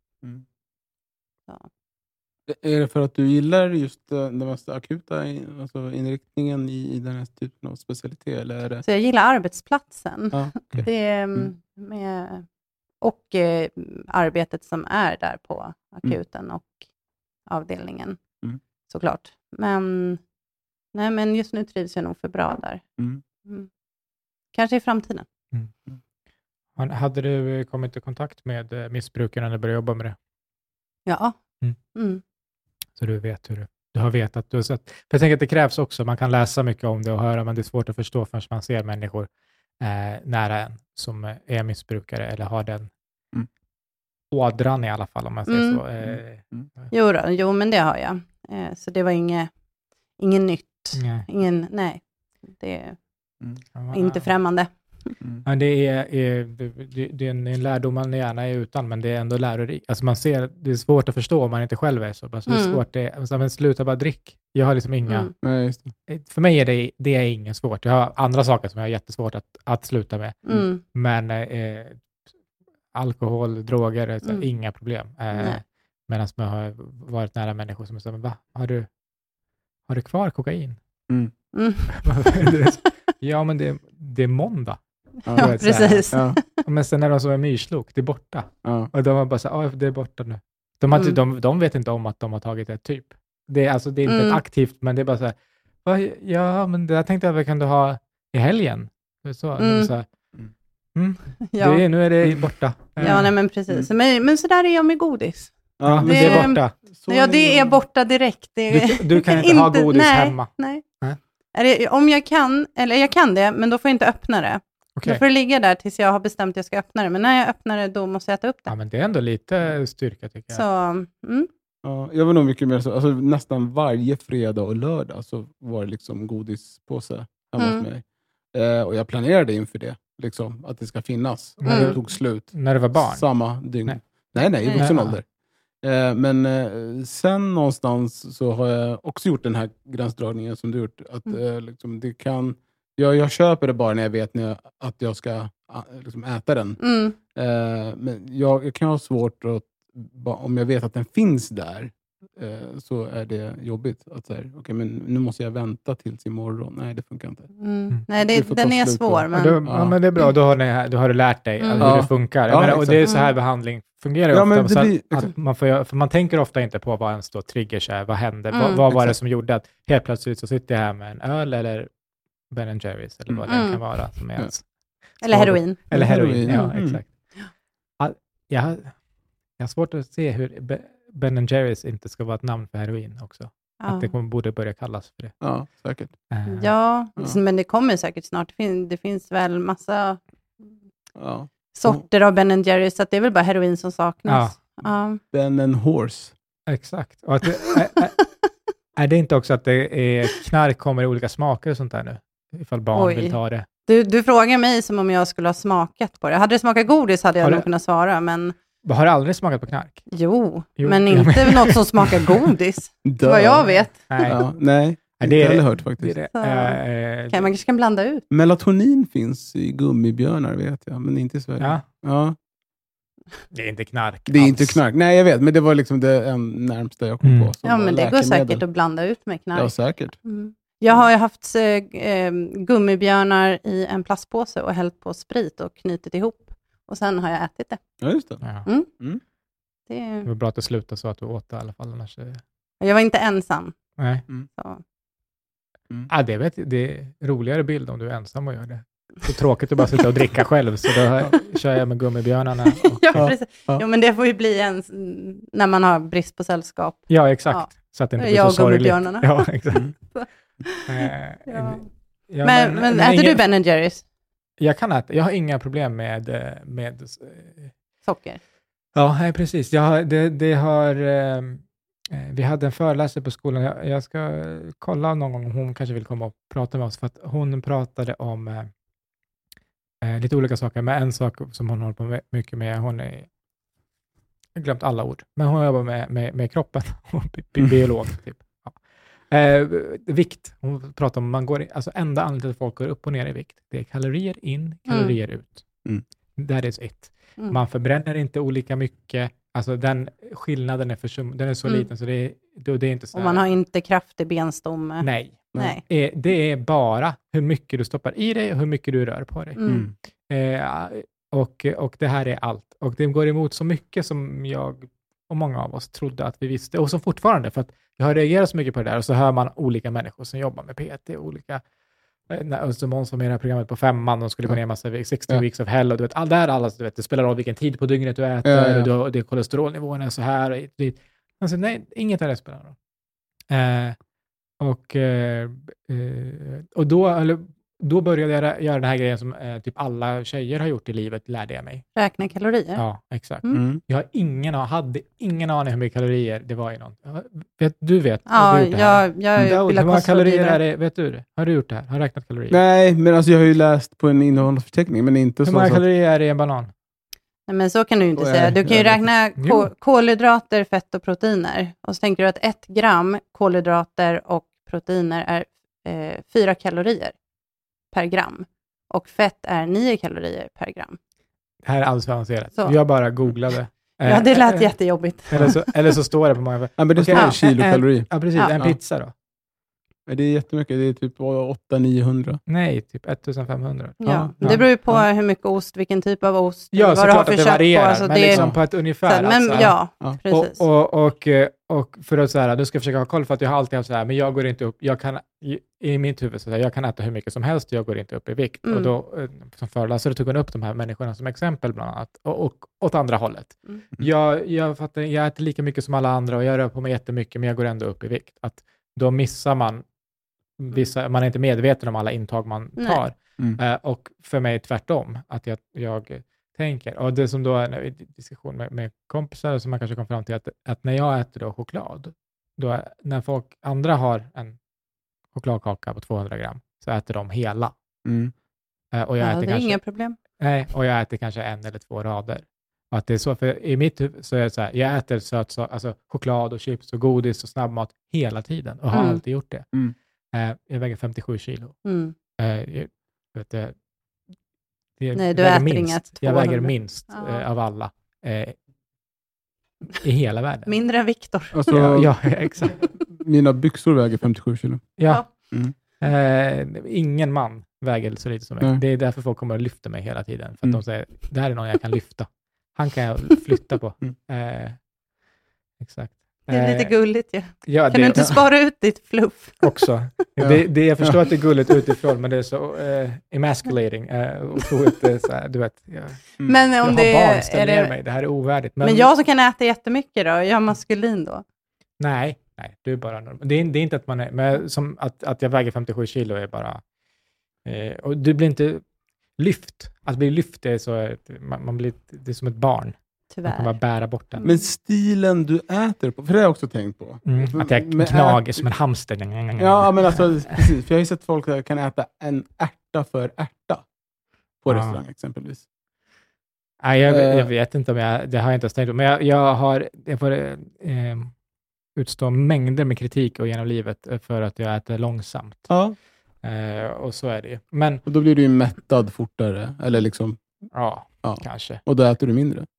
Ja. Är det för att du gillar just den mest akuta inriktningen i den här typen av specialitet? Eller är det... Så jag gillar arbetsplatsen. Okay. Det och arbetet som är där på akuten och avdelningen. Såklart. Men just nu trivs jag nog för bra där. Kanske i framtiden. Hade du kommit i kontakt med missbrukare när du började jobba med det? Ja. Så du vet hur du har vetat. Du har sett. För jag tänker att det krävs också. Man kan läsa mycket om det och höra, men det är svårt att förstå förrän man ser människor nära en som är missbrukare eller har den ådran i alla fall, om man säger så. Jo, men det har jag. Så det var inget nytt. Nej. Det är inte främmande. Ja, det är en lärdom man gärna är utan, men det är ändå lärorikt. Alltså man ser, det är svårt att förstå om man inte själv är så. Alltså det är svårt, men sluta bara drick. Jag har liksom inga... För mig är det är inget svårt. Jag har andra saker som jag har jättesvårt att sluta med. Men alkohol, droger, inga problem. Medan jag har varit nära människor som säger, har du kvar kokain? Ja, men det är måndag. Ja, precis. Ja. Men sen är de som är myrslok, det är borta. Och de har bara så det är borta nu. De vet inte om att de har tagit ett typ. Det är inte ett aktivt, men det är bara så här, ja, men det där tänkte jag att vi kunde ha i helgen. Så här, nu är det borta. Ja, nej, men precis. Men så där är jag med godis. Ja, men det är borta. Det är borta direkt. Du kan inte ha godis hemma. Nej. Om jag kan, eller jag kan det, men då får jag inte öppna det. Okay. Då får det ligga där tills jag har bestämt att jag ska öppna det. Men när jag öppnar det, då måste jag äta upp det. Ja, men det är ändå lite styrka, tycker jag. Så, Ja, jag var nog mycket mer så. Alltså, nästan varje fredag och lördag så var det liksom godispåse hemma hos mig. Och jag planerade inför det. Liksom, att det ska finnas. Men det tog slut. När du var barn? Samma dygn. Nej, i vuxen ålder. Men sen någonstans så har jag också gjort den här gränsdragningen som du gjort. Att liksom, det kan... Jag köper det bara när jag vet att jag ska liksom äta den. Men jag kan ha svårt att, om jag vet att den finns där, så är det jobbigt. Att säga, okej, men nu måste jag vänta tills imorgon. Nej, det funkar inte. Nej, den är svår. Men det är bra, då har du lärt dig hur det funkar. Ja, och det är så här behandling fungerar ofta. För man tänker ofta inte på vad ens då triggers är. Vad hände? Vad var det som gjorde att helt plötsligt så sitter jag här med en öl eller Ben & Jerry's eller vad det kan vara. Som är eller heroin. Eller heroin, ja, exakt. Jag har svårt att se hur Ben & Jerry's inte ska vara ett namn för heroin också. Att det borde börja kallas för det. Ja, säkert. Men det kommer säkert snart. Det finns väl massa sorter av Ben & Jerry's, så att det är väl bara heroin som saknas. Ben & Horse. Exakt. Och att är det inte också att det är knark kommer i olika smaker och sånt där nu? Ifall barn vill ta det. Du frågar mig som om jag skulle ha smakat på det. Hade det smakat godis hade jag nog kunnat svara, men... Har du aldrig smakat på knark? Jo, men inte något som smakar godis. Vad jag vet. Nej. Det har jag aldrig hört faktiskt. Man kanske kan blanda ut. Melatonin finns i gummibjörnar, vet jag, men inte i Sverige. Ja. Det är inte knark. Det är inte knark. Nej, jag vet. Men det var liksom det närmsta jag kom på. Ja, men det går säkert att blanda ut med knark. Ja, säkert. Jag har ju haft gummibjörnar i en plastpåse och hällt på sprit och knutit ihop. Och sen har jag ätit det. Ja, just det. Ja. Det var bra att det slutade så att du åt det i alla fall. Annars... Jag var inte ensam. Nej. Det är roligare bild om du är ensam och gör det. Så tråkigt att bara sitta och dricka själv, så då kör jag med gummibjörnarna. Precis. Jo, men det får ju bli när man har brist på sällskap. Ja, exakt. Ja. Så att det inte blir så sorgligt. Gummibjörnarna. Ja, exakt. Men äter du Ben & Jerry's? Jag kan äta. Jag har inga problem med socker. Ja, nej, precis. Vi hade en föreläsare på skolan. Jag ska kolla någon gång om hon kanske vill komma och prata med oss. För att hon pratade om lite olika saker. Men en sak som hon håller på mycket med. Jag har glömt alla ord. Men hon jobbar med kroppen. Biolog, typ. Ja. Vikt. Hon pratar om enda anledningen till att folk går upp och ner i vikt. Det är kalorier in, kalorier ut. That is it. Man förbränner inte olika mycket. Alltså den skillnaden den är så liten så det är inte så. Och man har inte kraftig benstomme. Nej. Det är bara hur mycket du stoppar i dig och hur mycket du rör på dig. Och det här är allt. Och det går emot så mycket som jag och många av oss trodde att vi visste. Och som fortfarande, för att jag har reagerat så mycket på det där. Och så hör man olika människor som jobbar med PT, olika... Som Måns var med i det här programmet på 5man, de skulle gå ner massa 16 weeks of hell och du vet, det spelar roll vilken tid på dygnet du äter och det är kolesterolnivåerna så här alltså, nej, inget av det spelar roll. Och då började jag göra den här grejen som typ alla tjejer har gjort i livet, lärde jag mig. Räkna kalorier? Ja, exakt. Jag hade ingen aning hur mycket kalorier det var i någon. Du vet. Ja, jag vill hur många kalorier är det? Vet du det? Har du gjort det här? Har du räknat kalorier? Nej, men alltså jag har ju läst på en innehållsförteckning, men inte hur så. Hur många kalorier är det i en banan? Nej, men så kan du inte säga. Du kan ju räkna kolhydrater, fett och proteiner. Och så tänker du att 1 gram kolhydrater och proteiner är 4 kalorier per gram. Och fett är 9 kalorier per gram. Det här är alldeles för avancerat. Jag bara googlade. Ja, det lät jättejobbigt. Eller så står det på många... Ja, men det står kilokalorier. Ja, precis. En pizza då? Det är jättemycket. Det är typ 800-900. Nej, typ 1500. Ja, det beror ju på hur mycket ost, vilken typ av ost. Ja, såklart att det varierar. Alltså, men liksom på ett ungefär. Så, men precis. Och för att så här, du ska försöka ha koll, för att jag har alltid haft så här, men jag går inte upp, jag kan i mitt huvud så här, jag kan äta hur mycket som helst, jag går inte upp i vikt. Och då som föreläsare tog hon upp de här människorna som exempel bland annat, och åt andra hållet. Jag fattar, jag äter lika mycket som alla andra och jag rör på mig jättemycket, men jag går ändå upp i vikt. Att då missar man man är inte medveten om alla intag man tar. Och för mig tvärtom, att jag tänker, och det som då är en diskussion med kompisar som man kanske kom fram till, att när jag äter då choklad, då när andra har en chokladkaka på 200 gram, så äter de hela. Och jag äter det är inga problem. Nej, och jag äter kanske 1 eller 2 rader. Och att det är så, för i mitt huvud så är det så här, jag äter alltså choklad och chips och godis och snabbmat hela tiden, och har alltid gjort det. Jag väger 57 kilo. Nej, du äter inget. Jag väger minst av alla i hela världen. Mindre än Viktor. Alltså, ja, exakt. Mina byxor väger 57 kilo. Ja. Ingen man väger så lite som mig. Det är därför folk kommer att lyfta mig hela tiden. För att de säger, det här är någon jag kan lyfta. Han kan jag flytta på. Exakt. Det är lite gulligt ju. Ja, kan du inte spara ut ditt fluff? Också. Jag förstår att det är gulligt utifrån, men det är så emasculating. Otroligt så här, du vet. Men om jag har barn, ställ ner mig. Det här är ovärdigt. Men jag som kan äta jättemycket då, är jag maskulin då? Nej, du är bara normal. Det är inte att man är, men som att jag väger 57 kilo är bara, och du blir inte lyft. Att bli lyft är så, man blir, det är som ett barn. Tyvärr. Man kan bara bära bort den. Men stilen du äter på, för det har jag också tänkt på. Att jag gnager som en hamster. Ja, men alltså, precis. För jag har ju sett folk som kan äta en ärta för ärta på restaurang exempelvis. Nej, jag vet inte om det har jag inte tänkt på. Men jag får utstå mängder med kritik och genom livet för att jag äter långsamt. Ja. Och så är det ju. Men, och då blir du ju mättad fortare. Eller liksom. Ja, kanske. Och då äter du mindre.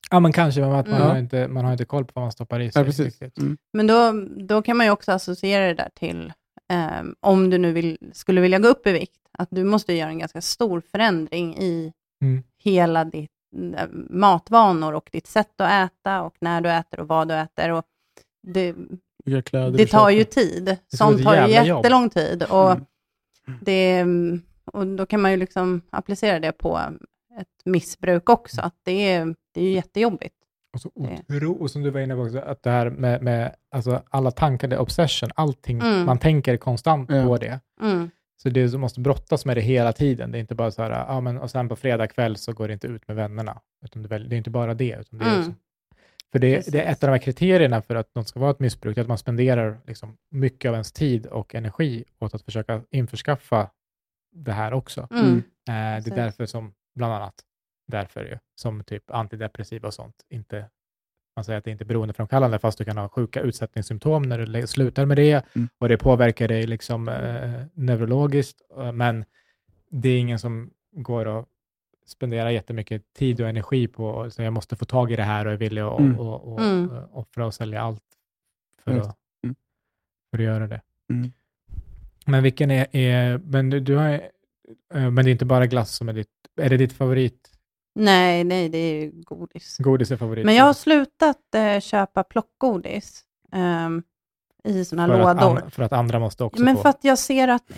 Ja, men kanske, men att man har inte koll på vad man stoppar i sig. Ja, precis. Men då kan man ju också associera det där till, om du nu skulle vilja gå upp i vikt, att du måste göra en ganska stor förändring i hela ditt matvanor och ditt sätt att äta och när du äter och vad du äter. Och det tar ju tid. Sånt tar ju jättelång tid. Och, och då kan man ju liksom applicera det på ett missbruk också. Att det är ju jättejobbigt. Och, och som du var inne på också, att det här med alltså alla tankar, det obsession, allting, man tänker konstant på det. Så det måste brottas med det hela tiden. Det är inte bara så här, och sen på fredag kväll så går det inte ut med vännerna. Utan det är inte bara det, utan det är också. För det är ett av de här kriterierna för att något ska vara ett missbruk, att man spenderar liksom mycket av ens tid och energi åt att försöka införskaffa det här också. Det är därför som, bland annat, som typ antidepressiva och sånt, man säger att det inte är beroendeframkallande, fast du kan ha sjuka utsättningssymptom när du slutar med det, och det påverkar dig liksom neurologiskt, men det är ingen som går att spendera jättemycket tid och energi på, så jag måste få tag i det här och är villig att offra och sälja allt för att göra det. Men vilken men du har, men det är inte bara glass som är det ditt favorit? Nej, det är ju godis. Godis är favorit. Men jag har slutat köpa plockgodis i såna lådor. För att andra måste också få. För att jag ser att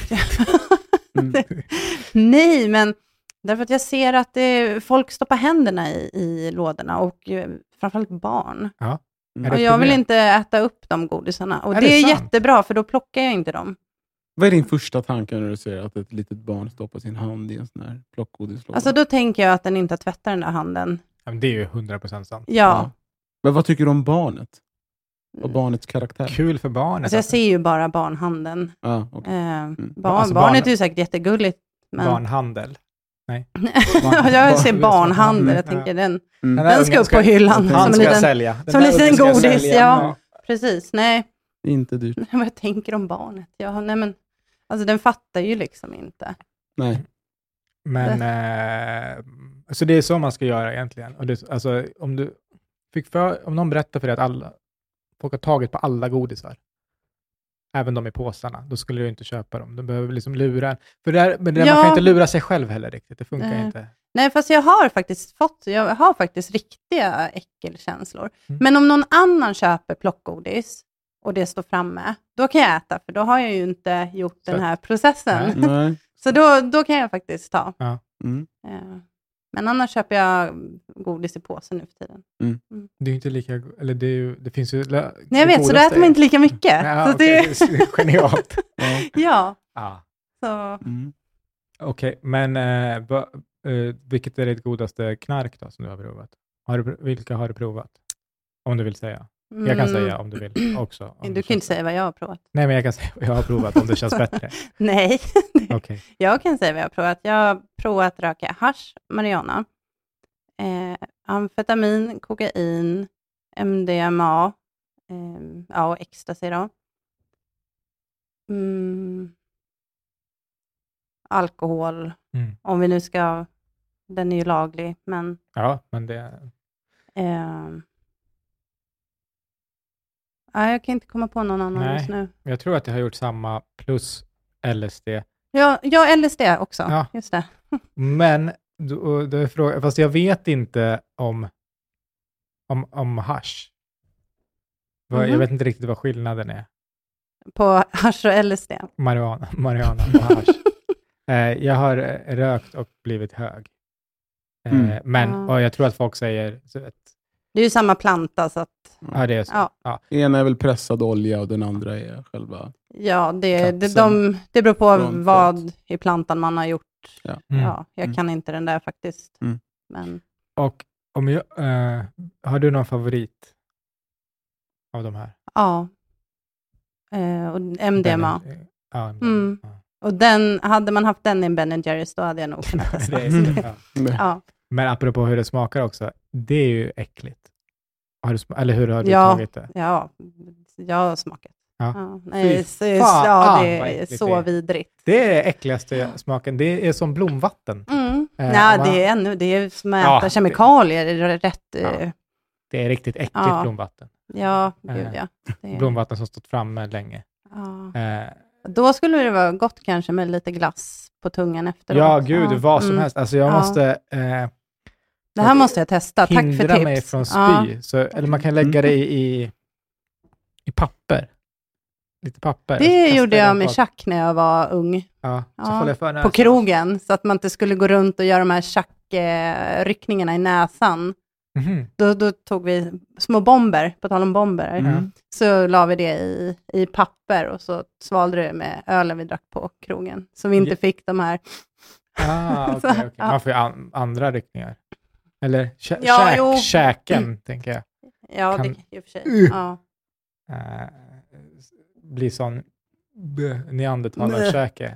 nej, men därför att jag ser att folk stoppar händerna i lådorna, och framförallt barn. Ja. Och jag vill inte äta upp de godisarna. Och det är jättebra, för då plockar jag inte dem. Vad är din första tanke när du ser att ett litet barn stoppar sin hand i en sån här plockgodislåda? Alltså då tänker jag att den inte tvättar den där handen. Ja, men det är ju 100% sant. Ja. Men vad tycker du om barnet? Och barnets karaktär? Kul för barnet. Alltså jag ser ju bara barnhanden. Okay. Barnet är ju säkert jättegulligt. Men... Barnhandel? Nej. Jag ser barnhandel. Jag tänker den ska upp på hyllan. Han ska sälja. Som en liten godis. Ja, precis. Nej. Inte dyrt. Vad jag tänker om barnet. Nej, men, alltså den fattar ju liksom inte. Nej. Men så det är så man ska göra egentligen. Och det, alltså, om någon berättar för dig att folk har tagit på alla godisar, även de i påsarna, då skulle du inte köpa dem. Du behöver liksom lura. För man kan inte lura sig själv heller riktigt. Det funkar inte. Nej, fast jag har faktiskt riktiga äckelkänslor. Men om någon annan köper plockgodis och det står framme, då kan jag äta, för då har jag ju inte gjort den här processen. Nej. Så då kan jag faktiskt ta. Ja. Men annars köper jag godis i påsen nu för tiden. Det är inte lika, eller det finns ju... Nej, jag vet, så då äter man inte lika mycket. Ja, så det är genialt. Ja. Så. Okej, men vilket är ditt godaste knark då som du har provat? Vilka har du provat? Om du vill säga. Jag kan säga om du vill också. Du kan inte säga vad jag har provat. Nej, men jag kan säga vad jag har provat om det känns bättre. Nej. Okay. Jag kan säga vad jag har provat. Jag har provat röka hasch, marijuana, amfetamin, kokain, MDMA, och ecstasy då. Alkohol. Om vi nu ska... Den är ju laglig, men... Ja, men det... jag kan inte komma på någon annan just nu. Jag tror att jag har gjort samma plus LSD. Ja, LSD också. Ja. Just det. Men, fast jag vet inte om hasch. Jag vet inte riktigt vad skillnaden är. På hasch och LSD? Marijuana och hasch. Jag har rökt och blivit hög. Och jag tror att folk säger... Det är ju samma planta, så att... Ja, det är så. Ja. Ena är väl pressad olja och den andra är själva... Ja, det beror på vad i plantan man har gjort. Jag kan inte den där faktiskt. Men... Och har du någon favorit av de här? Ja. Och MDMA. MDMA. Och hade man haft den i Ben & Jerry's, då hade jag nog kunnat testa. Men apropå hur det smakar också, det är ju äckligt. Eller hur har du tagit det? Ja, jag har smakat. Nej, det är så vidrigt. Det är äckligaste smaken. Det är som blomvatten. Det är som att äta kemikalier. Det är riktigt äckligt blomvatten. Ja, gud ja. Blomvatten som stått framme länge. Då skulle det vara gott kanske med lite glass på tungan efteråt. Ja, gud, vad som helst. Alltså jag måste... det här måste jag testa. Tack för tips. Hindra mig från spy. Eller man kan lägga det i papper. Lite papper. Det gjorde jag med tjack när jag var ung. Så på krogen. Så att man inte skulle gå runt och göra de här tjackryckningarna i näsan. Då tog vi små bomber, på tal om bomber. Så la vi det i papper och så svalde det med ölen vi drack på krogen. Så vi inte fick de här... Okay. Man får ju andra ryckningar. Eller käken, tänker jag. Ja, det kan i och för sig. Blir sån neandertalarkäke.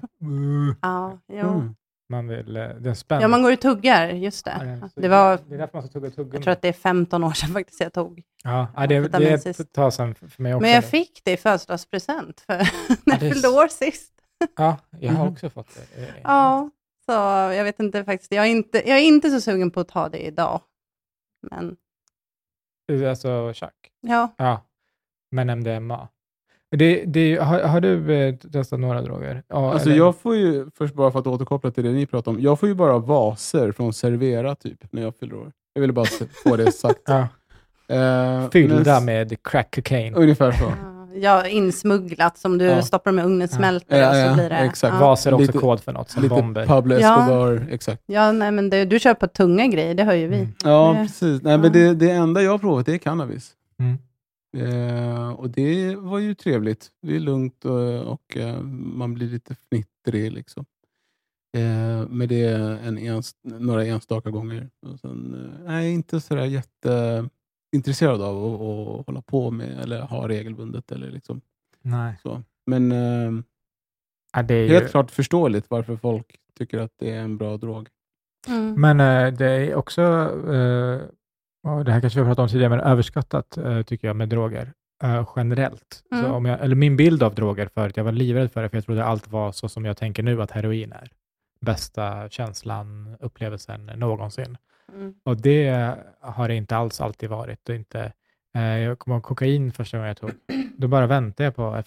Man vill, den spänner. Ja, man går och tuggar, just det. Det är därför man ska tugga. Jag tror att det är 15 år sedan faktiskt jag tog. Det är ett tag sedan för mig också. Men jag fick det i födelsedagspresent för när jag fyllde år sist. Ja, jag har också fått det. Så jag vet inte faktiskt. Jag är inte så sugen på att ta det idag. Men... Alltså tjack? Ja. Men MDMA. Har du testat några droger? Alltså jag får ju, först bara för att återkoppla till det ni pratar om, jag får ju bara vaser från Servera typ när jag fyller år. Jag ville bara få det sagt. Fyllda med crack cocaine. Ungefär så. Ja, insmugglat som du stoppar med ugnen smälter och så blir det. Exakt. Vaser är också kod för något som lite bomber. Pablo Escobar, exakt. Ja, nej men du kör på tunga grejer, det hör ju vi. Ja, precis. Nej, men det enda jag har provat är cannabis. Och det var ju trevligt. Det är lugnt och man blir lite fnittrig liksom. Men det är några enstaka gånger. Och sen, jag är inte sådär jätteintresserad av att hålla på med eller ha regelbundet eller liksom. Nej. Så. Men det är helt klart förståeligt varför folk tycker att det är en bra drog. Men det är också det här kanske vi har pratat om tidigare, men överskattat tycker jag med droger generellt. Så min bild av droger förut, jag var livrädd för det, för jag trodde allt var så som jag tänker nu att heroin är. Bästa känslan, upplevelsen någonsin. Och det har det inte alls alltid varit. Och inte, jag kommer ihåg kokain första gången jag tog. Då bara väntade jag på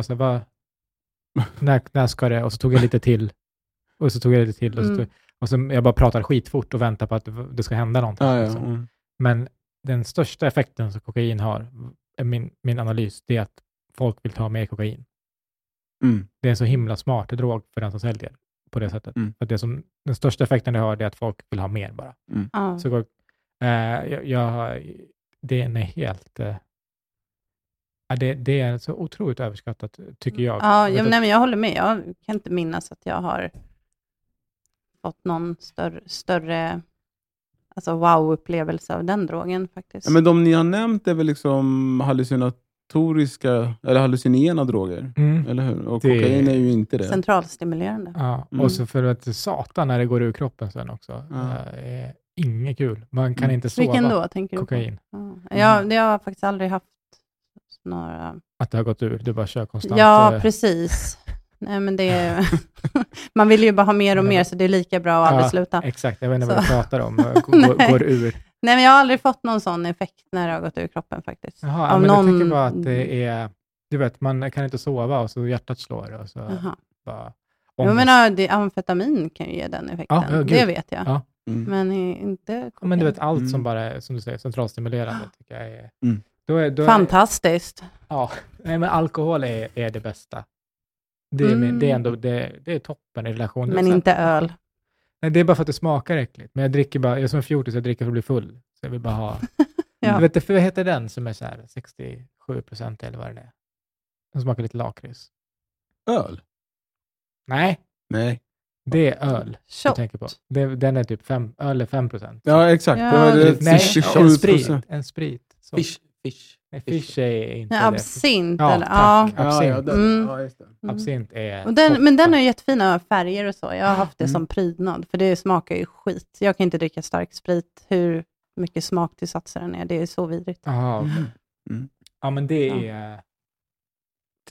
när ska det? Och så tog jag lite till. Och så tog jag lite till. Och så jag bara pratar skitfort och väntar på att det ska hända någonting. Men den största effekten som kokain har, min analys, det är att folk vill ta mer kokain. Det är en så himla smart drog för den som säljer på det sättet. För att den största effekten det har är att folk vill ha mer bara. Så den är helt... det är så otroligt överskattat, tycker jag. Men jag håller med. Jag kan inte minnas att jag har fått någon större alltså wow-upplevelse av den drogen faktiskt. Ja, men de ni har nämnt är väl liksom hallucinatoriska eller hallucinogena droger, eller hur? Och kokain är ju inte det. Centralstimulerande. Ja, och så för att satan när det går ur kroppen sen också. Är inget kul. Man kan inte sova. Vilken då, tänker du? Kokain. Jag har faktiskt aldrig haft några... Att det har gått ur, du bara kör konstant. Ja, precis. Nej, men det är... Man vill ju bara ha mer och mer, så det är lika bra att aldrig sluta. Exakt, jag vet inte vad du pratar om. Går ur. Nej, men jag har aldrig fått någon sån effekt när det har gått ur kroppen faktiskt. Jaha, men jag tycker bara att det är... Du vet, man kan inte sova och så hjärtat slår. Och så bara jag menar, amfetamin kan ju ge den effekten. Ja, det vet jag. Ja. Men inte kokain. Men du vet, allt som bara är, som du säger, centralstimulerande tycker jag är... Då fantastiskt. Nej, men alkohol är det bästa. Det är toppen i relation. Men inte öl. Nej, det är bara för att det smakar äckligt. Men jag dricker bara, jag är som en 14, så jag dricker för att bli full. Så jag vill bara ha... Du vet, vad heter den som är så här 67% eller vad det är? Den smakar lite lakrits. Öl? Nej. Det är öl. Jag tänker på. Den är typ 5%. Ja, exakt. Ja. En sprit. Så. Fish. Nej, fish är inte det. Absint. Ja, eller? Tack. Absint. Just det. Absint är... Men den har jättefina färger och så. Jag har haft det som prydnad. För det smakar ju skit. Jag kan inte dricka stark sprit. Hur mycket smaktillsatser den är. Det är så vidrigt. Ja, men det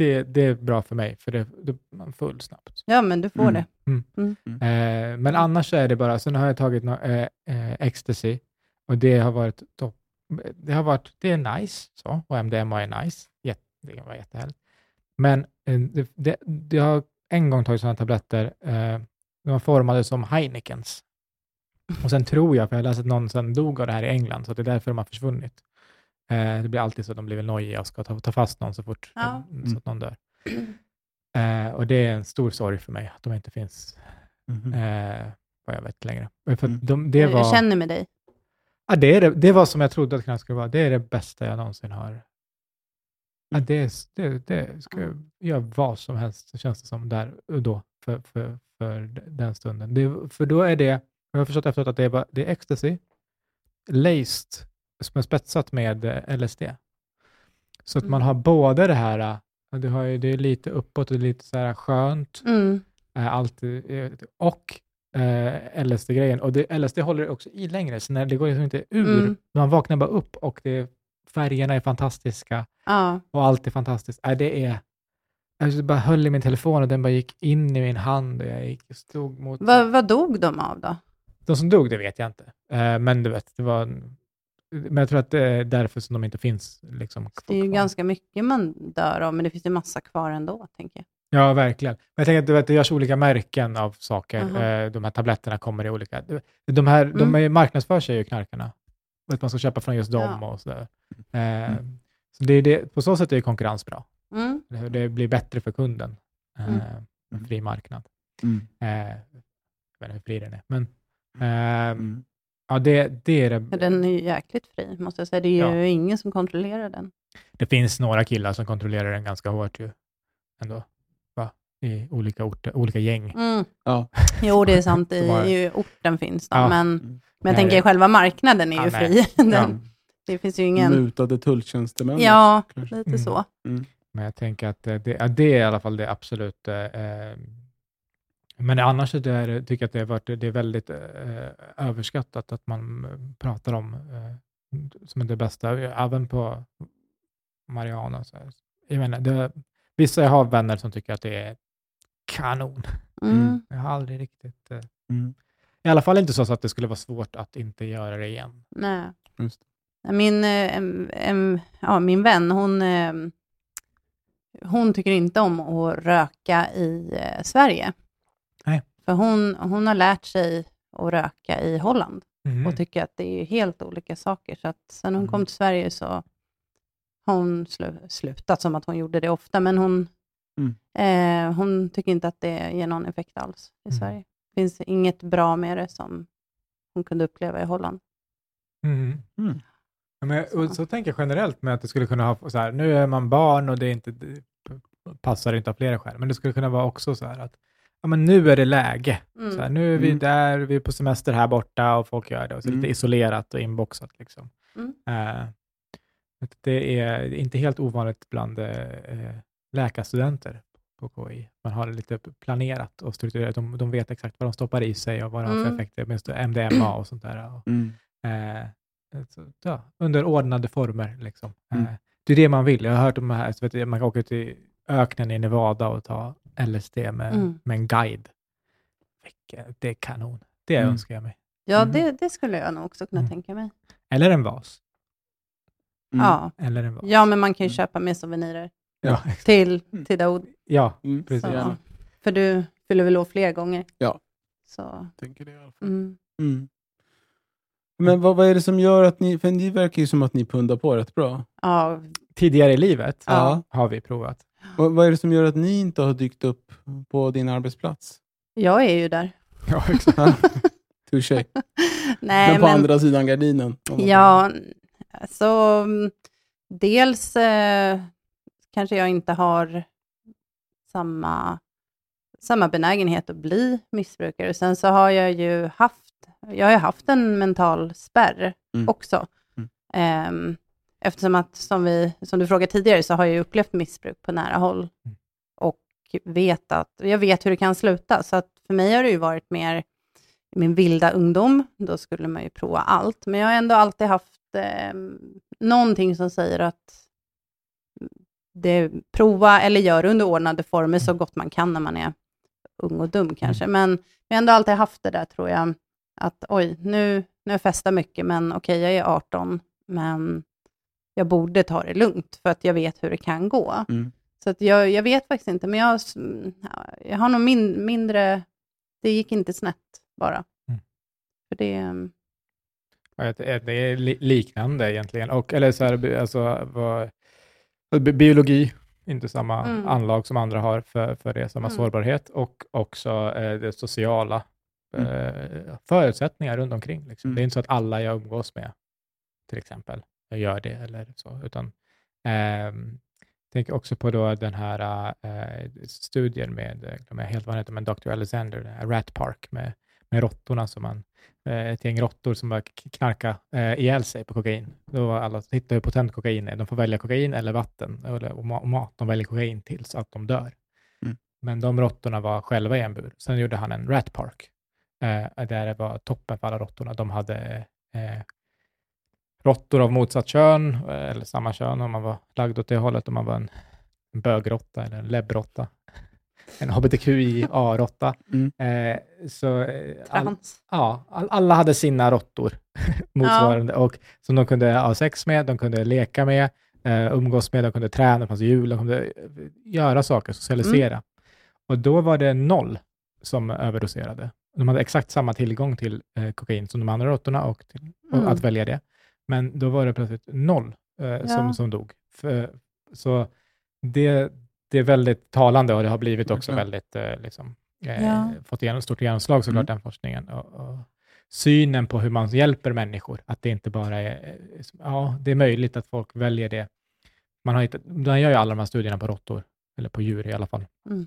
det är bra för mig, för man är full snabbt. Ja, men du får det. Men annars är det bara, sen har jag tagit ecstasy, och det har varit topp. Det är nice, så, och MDMA är nice. Det var jättehärligt. Men jag har en gång tagit sådana tabletter, de var formade som Heinekens. Och sen tror jag, för jag läste att någon sen dog av det här i England, så det är därför de har försvunnit. Det blir alltid så att de blir nojiga och ska ta fast någon så fort så att någon dör. Och det är en stor sorg för mig att de inte finns vad jag vet längre. För Jag känner med dig. Ja, det var som jag trodde att det skulle vara. Det är det bästa jag någonsin har. Ja, det ska jag göra vad som helst, känns det som, där och då för den stunden. För då är det, jag har förstått efteråt att det är ecstasy laced, som är spetsat med LSD. Så att man har både det här, det är lite uppåt och lite så här skönt, och LSD-grejen. Och LSD håller också i längre, så när det går liksom inte ur. Man vaknar bara upp och färgerna är fantastiska. Och allt är fantastiskt. Jag bara höll i min telefon och den bara gick in i min hand och jag stod mot... Vad dog de av då? De som dog, det vet jag inte. Men du vet, det var... Men jag tror att det är därför som de inte finns liksom, det är ju ganska mycket man dör av, men det finns ju massa kvar ändå, tänker jag. Ja, verkligen. Men jag tänker att det görs olika märken av saker. De här tabletterna kommer i olika... De marknadsför sig ju, knarkarna. Att man ska köpa från just dem och sådär. Så på så sätt är konkurrens bra. Det blir bättre för kunden. En fri marknad. Jag vet inte hur fri den är. Men ja, det är det. Den är ju jäkligt fri, måste jag säga. Det är ju ingen som kontrollerar den. Det finns några killar som kontrollerar den ganska hårt ju. Ändå. I olika orter, olika gäng. Ja. Jo, det är sant. I orten finns de. Men jag tänker att själva marknaden är ju fri. Det finns ju ingen... Mutade tulltjänstemän. Ja, lite så. Men jag tänker att det är i alla fall det absolut... men annars tycker jag att det är väldigt överskattat att man pratar om som är det bästa. Även på marijuana. Så här. Jag menar, vissa jag har vänner som tycker att det är kanon. Jag har aldrig riktigt... I alla fall inte så att det skulle vara svårt att inte göra det igen. Nej. Just. Min vän, hon tycker inte om att röka i Sverige. Nej. För hon har lärt sig att röka i Holland. Och tycker att det är helt olika saker. Så att sen hon kom till Sverige så har hon slutat, som att hon gjorde det ofta. Men hon tycker inte att det ger någon effekt alls i Sverige. Det finns inget bra med det som hon kunde uppleva i Holland. Ja, men så tänker jag generellt med att det skulle kunna ha så här, nu är man barn och det passar inte av flera skäl, men det skulle kunna vara också så här att men nu är det läge. Så här, nu är vi där, vi är på semester här borta och folk gör det och så lite isolerat och inboxat liksom. Det är inte helt ovanligt bland läkarstudenter på KI. Man har det lite planerat och strukturerat. De vet exakt vad de stoppar i sig och vad de har för effekter med MDMA och sånt där. Under ordnade former. Liksom. Det är det man vill. Jag har hört om det här. Så man kan åka till öknen i Nevada och ta LSD med en guide. Det är kanon. Det önskar jag mig. Ja, det skulle jag nog också kunna tänka mig. Eller en vas. Ja. Eller en vas. Ja, men man kan ju köpa med souvenirer. Ja. Till Daoud. Ja, precis. Så, för du fyller väl fler gånger? Ja. Så. Tänker det i alla fall. Men vad är det som gör att ni, för ni verkar ju som att ni pundar på rätt bra. Ja. Tidigare i livet har vi provat. Vad är det som gör att ni inte har dykt upp på din arbetsplats? Jag är ju där. Ja, exakt. Touché. Nej, men på andra sidan gardinen. Ja, så dels kanske jag inte har samma benägenhet att bli missbrukare. Sen så har jag ju haft en mental spärr också. Eftersom att, som du frågade tidigare, så har jag upplevt missbruk på nära håll. Och jag vet hur det kan sluta. Så att för mig har det ju varit mer min vilda ungdom. Då skulle man ju prova allt. Men jag har ändå alltid haft någonting som säger att prova eller göra under ordnade former så gott man kan när man är ung och dum kanske. Men jag har ändå alltid haft det där, tror jag, att nu jag festar mycket, men okej, jag är 18, men jag borde ta det lugnt för att jag vet hur det kan gå. Så att jag vet faktiskt inte, men jag har nog mindre, det gick inte snett bara. För det är liknande egentligen. Eller så här, alltså, biologi, inte samma anlag som andra har för det, samma sårbarhet, och också det sociala förutsättningar runt omkring. Liksom. Det är inte så att alla jag umgås med, till exempel, jag gör det eller så, utan tänk också på då den här studien med helt vanligt med Dr. Alexander, Rat Park, med råttorna som ett gäng råttor som bara knarka ihjäl sig på kokain. Då var alla hittade hur potent kokain är. De får välja kokain eller vatten och mat. De väljer kokain till så att de dör. Men de råttorna var själva i en bur. Sen gjorde han en Rat Park där det var toppen för alla råttorna. De hade råttor av motsatt kön eller samma kön om man var lagd åt det hållet, om man var en bögråtta eller en läbbråtta. En hbtqia-råtta. Alla hade sina råttor motsvarande, och som de kunde ha sex med, de kunde leka med, umgås med, de kunde träna, det fanns jul, de kunde göra saker, socialisera. Och då var det 0 som överdoserade. De hade exakt samma tillgång till kokain som de andra råttorna och att välja det. Men då var det plötsligt 0 som dog. Så det är väldigt talande, och det har blivit också väldigt fått stort genomslag såklart, den forskningen. Och synen på hur man hjälper människor, att det inte bara är, det är möjligt att folk väljer det. Man gör ju alla de här studierna på råttor, eller på djur i alla fall.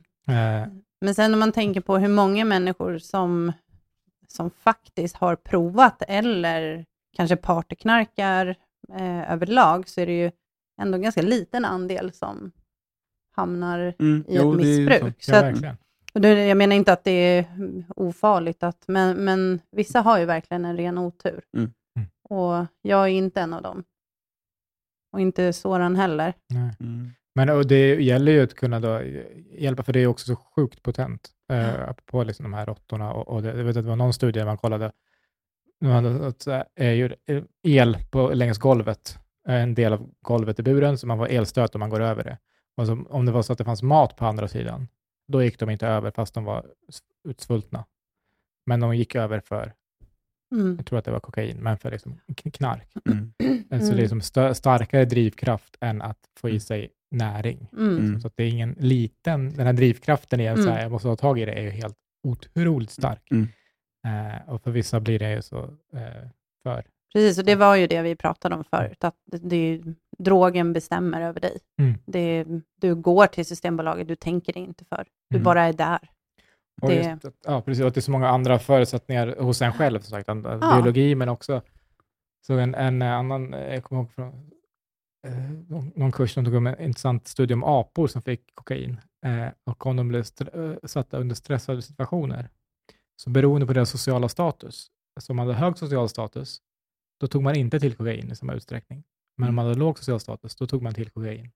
Men sen om man tänker på hur många människor som faktiskt har provat eller kanske partyknarkar överlag, så är det ju ändå en ganska liten andel som hamnar i ett missbruk. Så jag menar inte att det är ofarligt, men vissa har ju verkligen en ren otur. Och jag är inte en av dem. Och inte Soran heller. Men och det gäller ju att kunna då hjälpa, för det är också så sjukt potent på liksom de här råttorna. Och jag vet att det var någon studie man kollade, de hade el längs golvet, en del av golvet i buren, så man får elstöt om man går över det. Och så, om det var så att det fanns mat på andra sidan, då gick de inte över fast de var utsvultna. Men de gick över för, jag tror att det var kokain, men för liksom knark. Så det är liksom starkare drivkraft än att få i sig näring. Så att det är ingen liten, den här drivkraften igen, så här, jag måste ha tag i det, är ju helt otroligt stark. Och för vissa blir det ju så för. Precis, och det var ju det vi pratade om förut, att drogen bestämmer över dig. Du går till Systembolaget, du tänker dig inte för. Du bara är där. Precis, och det är så många andra förutsättningar hos en själv, som sagt, biologi, men också så en annan, jag kommer ihåg från någon kurs som tog om en intressant studie om apor som fick kokain, och om de blev satta under stressade situationer, så beroende på deras sociala status, så om man hade hög social status, då tog man inte till kokain i samma utsträckning. Men om man hade låg social status, då tog man till kokain.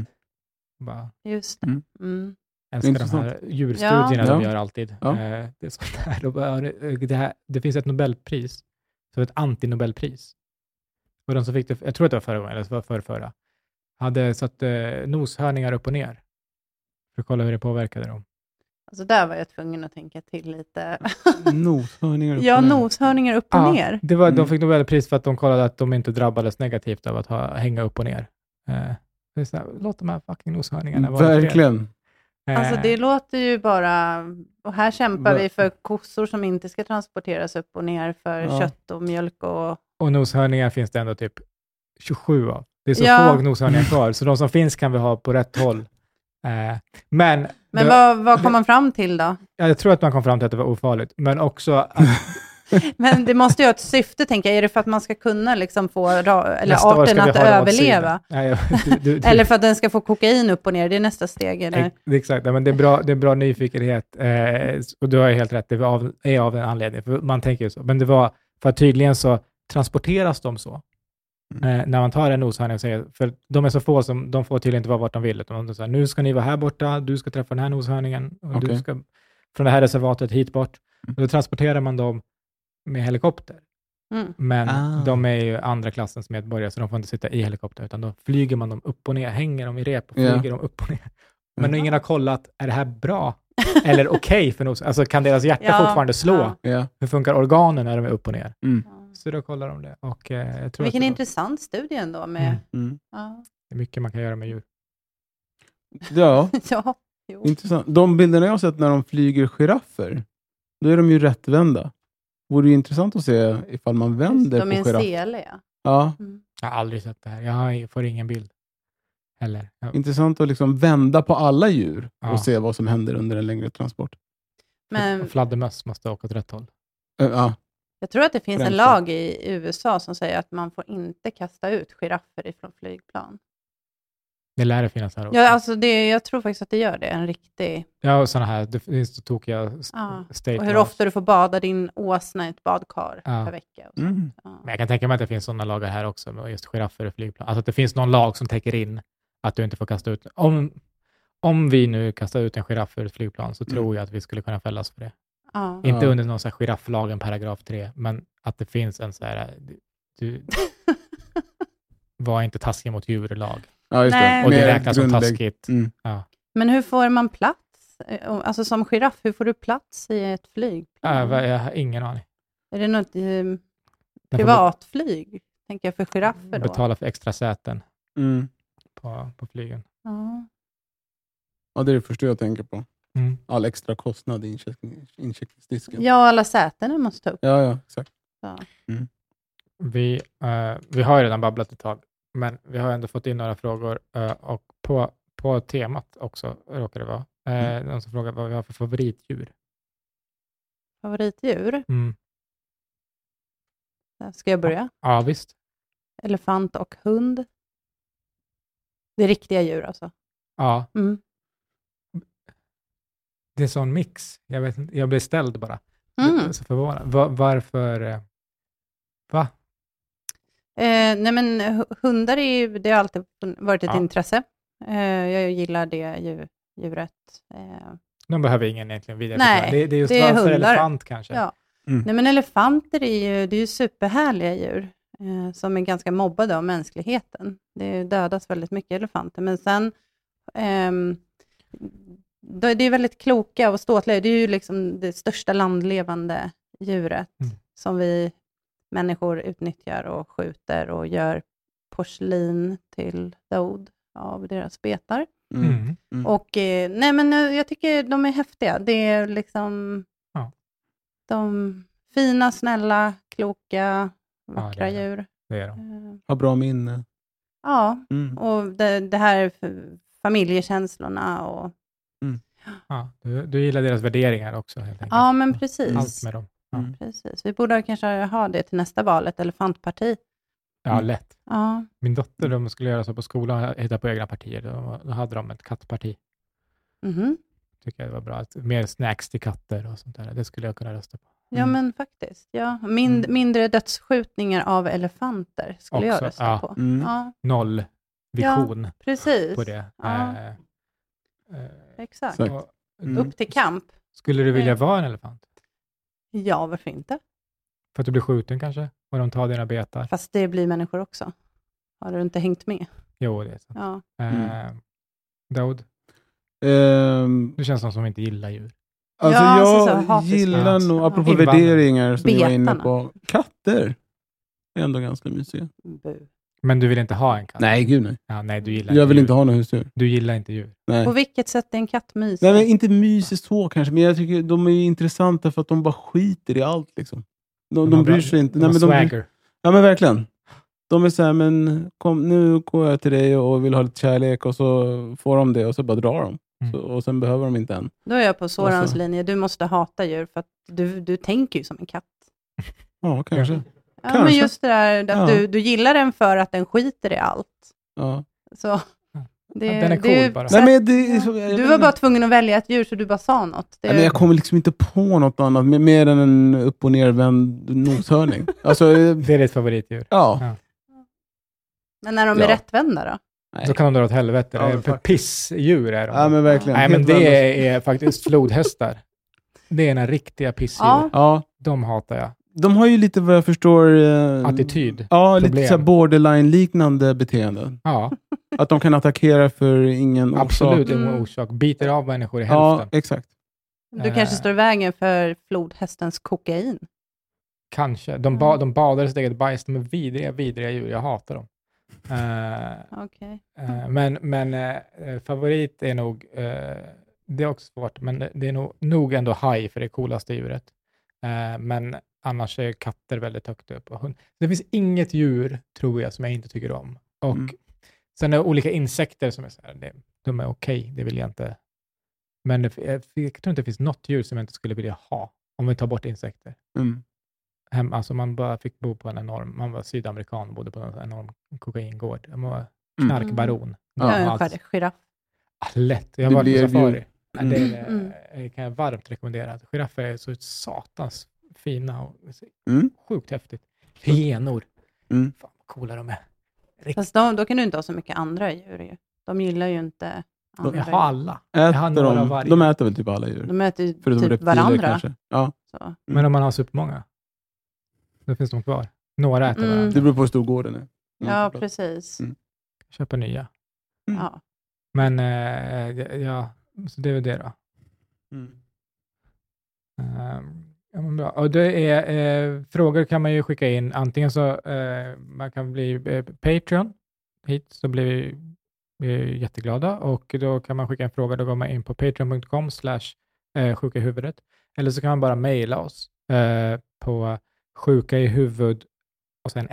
Just det. Älskar de här djurstudierna de gör alltid. Det är sånt här. Det finns ett Nobelpris, så ett antinobelpris. Och de som fick det, jag tror att det var förra gången, eller förra, hade satt noshörningar upp och ner för att kolla hur det påverkade dem. Alltså där var jag tvungen att tänka till lite. Noshörningar upp och ner. Noshörningar upp och ner. Det var, de fick Nobelpris för att de kollade att de inte drabbades negativt av att hänga upp och ner. Det är så här, låt de här fucking noshörningarna vara. Verkligen. Alltså det låter ju bara, och här kämpar vi för kossor som inte ska transporteras upp och ner för kött och mjölk och noshörningar finns det ändå typ 27 av. Det är så få noshörningar kvar, så de som finns kan vi ha på rätt håll. Men vad kom man fram till då? Jag tror att man kom fram till att det var ofarligt, men också att men det måste ju ha ett syfte, tänker jag. Är det för att man ska kunna liksom få arten att överleva? Eller för att den ska få kokain upp och ner? Det är nästa steg. Eller? Exakt, men det är bra nyfikenhet. Och du har helt rätt, det är av en anledning. För man tänker ju så. Men det var för att tydligen så transporteras de så. När man tar en noshörning och säger, för de är så få som, de får tydligen inte vara vart de vill, utan de säger, nu ska ni vara här borta, du ska träffa den här noshörningen, och du ska från det här reservatet hit bort. Och då transporterar man dem med helikopter. Men de är ju andra klassens medborgare, så de får inte sitta i helikopter, utan då flyger man dem upp och ner, hänger dem i rep och flyger dem upp och ner. Men ingen har kollat, är det här bra? Eller okej för nos? Alltså kan deras hjärta fortfarande slå? Hur funkar organen när de är upp och ner? Så då kollar de det. Och, jag tror vilken intressant studie ändå. Med, det är mycket man kan göra med djur. Ja, intressant. De bilderna jag har sett när de flyger giraffer, då är de ju rättvända. Vore ju intressant att se ifall man vänder på giraffer. De är en sele, ja. Jag har aldrig sett det här. Jag får ingen bild. Heller. Intressant att liksom vända på alla djur och se vad som händer under en längre transport. Men fladdermöss måste åka åt rätt håll. Ja. Jag tror att det finns en lag i USA som säger att man får inte kasta ut giraffer ifrån flygplan. Det lär det finnas här också. Ja, alltså jag tror faktiskt att det gör det. En riktig... Ja, och sådana här. Det finns så tokiga state och hur ofta du får bada din åsna i ett badkar per vecka. Och Men jag kan tänka mig att det finns sådana lagar här också med just giraffer och flygplan. Alltså att det finns någon lag som täcker in att du inte får kasta ut. Om vi nu kastar ut en giraff ur ett flygplan, så tror jag att vi skulle kunna fällas för det. Inte under någon så här girafflagen paragraf 3, men att det finns en så här du var inte taskig mot djurlag. Ja, just det. Och det räknas som taskigt. Ja. Men hur får man plats? Alltså som giraff, hur får du plats i ett flygplan? Jag har ingen aning. Är det något privatflyg? Tänker jag för giraffer då? Betala för extra säten på flygen. Ja, det är det första jag tänker på. All extra kostnad i incheckningsdisken. Ja, alla sätena måste ta upp. Ja, exakt. Vi har ju redan babblat ett tag, men vi har ändå fått in några frågor och på temat också råkar det vara. Någon som frågar vad vi har för favoritdjur. Favoritdjur? Ska jag börja? Ja, visst. Elefant och hund. Det är riktiga djur alltså. Ja. Det är sån mix. Jag vet inte, jag blev ställd bara. Jag är så förvånad. Varför? Va? Nej men hundar det har alltid varit ett intresse. Jag gillar det djuret. De behöver ingen egentligen vidare. Nej, det är just varför hundar. Elefant kanske. Ja. Nej men elefanter är ju superhärliga djur. Som är ganska mobbade av mänskligheten. Det dödas väldigt mycket elefanter. Men sen det är väldigt kloka och ståtliga. Det är ju liksom det största landlevande djuret som vi människor utnyttjar och skjuter och gör porslin till Daoud av deras betar. Och nej men jag tycker de är häftiga. Det är liksom de fina, snälla, kloka, vackra djur. Det är de. Har bra minne. Ja, och det här familjekänslorna och ja, du gillar deras värderingar också helt enkelt. Ja, men precis. Allt med dem. Precis. Vi borde kanske ha det till nästa val, ett elefantparti. Ja, lätt. Ja. Min dotter, de skulle göra så på skolan, hitta på egna partier. Då hade de ett kattparti. Tycker jag det var bra. Mer snacks till katter och sånt där. Det skulle jag kunna rösta på. Ja, men faktiskt. Ja. Mindre dödsskjutningar av elefanter skulle jag rösta på. Ja. Noll vision precis. på det. Exakt. Upp till kamp. Skulle du vilja vara en elefant? Ja, varför inte? För att du blir skjuten kanske? Och de tar dina betar? Fast det blir människor också. Har du inte hängt med? Jo, det är sant. Ja. Daoud? Du känns som inte gillar djur. Alltså jag gillar nog, apropå värderingar som jag var inne på, katter är ändå ganska mysiga. Men du vill inte ha en katt? Nej, gud nej. Ja, nej, du gillar jag vill inte ha något husdjur. Du gillar inte djur? Nej. På vilket sätt är en katt mysig? Nej, men inte mysigt så kanske, men jag tycker de är intressanta för att de bara skiter i allt liksom. De bryr sig inte. Ja, men verkligen. De är så här, men kom, nu går jag till dig och vill ha lite kärlek, och så får de det och så bara drar de. Och sen behöver de inte än. Då är jag på Sorans linje. Du måste hata djur för att du tänker ju som en katt. Ja, kanske. Ja, men just det där att du gillar den för att den skiter i allt. Ja. Så den är cool bara. Nej, men du var bara tvungen att välja ett djur så du bara sa något. Nej, men jag kommer liksom inte på något annat mer än en upp- och nervänd noshörning. Alltså, det är ditt favoritdjur? Ja. Men när de är rättvända då? Nej. Då kan de dra åt helvete. Ja, för pissdjur är de. Ja, men verkligen. Nej, men det är faktiskt flodhästar. Det är en riktiga pissdjur. Ja. De hatar jag. De har ju lite, vad jag förstår... attityd. Ja, problem. Lite så här borderline-liknande beteenden. Ja. Att de kan attackera för ingen orsak. Absolut, ingen orsak. Biter av människor i hälften. Ja, exakt. Du kanske står i vägen för flodhästens kokain? Kanske. De badar i sitt eget bajs. De är vidriga djur. Jag hatar dem. Okay. Men favorit är nog... det är också svårt, men det är nog ändå haj för det coolaste djuret. Men annars är katter väldigt högt upp. Det finns inget djur, tror jag, som jag inte tycker om. Och sen är det olika insekter som är så här, de är okej, det vill jag inte. Men jag tror inte det finns något djur som jag inte skulle vilja ha, om vi tar bort insekter. Alltså man bara fick bo på man var sydamerikan och bodde på en enorm kokaingård. Man var knarkbaron. Giraff. Lätt, jag var på safari. Det kan jag varmt rekommendera. Giraffer är så satans fina och sjukt häftigt. Hyenor. Fan vad coola de är. Fast då kan du inte ha så mycket andra djur. De gillar ju inte andra. Jag har alla. De äter väl typ alla djur? De äter typ varandra. Kanske. Ja. Men om man har supermånga, då finns de kvar. Några äter varandra. Det beror på hur stor gården är. Ja, precis. Köpa nya. Ja. Men så det är väl det då. Ja, men bra. Och det är frågor kan man ju skicka in. Antingen så man kan bli Patreon hit, så blir vi jätteglada, och då kan man skicka en fråga. Då går man in på patreon.com/sjukahuvudet, eller så kan man bara mejla oss på sjukaihuvud och sen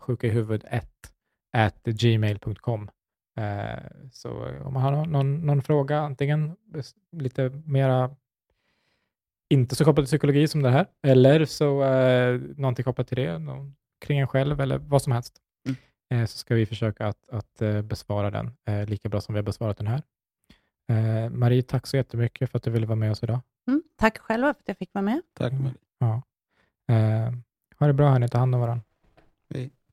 sjukaihuvud1@gmail.com. Så om man har någon fråga, antingen lite mera inte så kopplat till psykologi som det här, eller så någonting kopplat till det, kring en själv eller vad som helst, så ska vi försöka att besvara den lika bra som vi har besvarat den här. Marie, tack så jättemycket för att du ville vara med oss idag. Tack själva för att jag fick vara med. Tack Marie. Ja. Ha det bra, hörni, ta hand om varandra. Hej.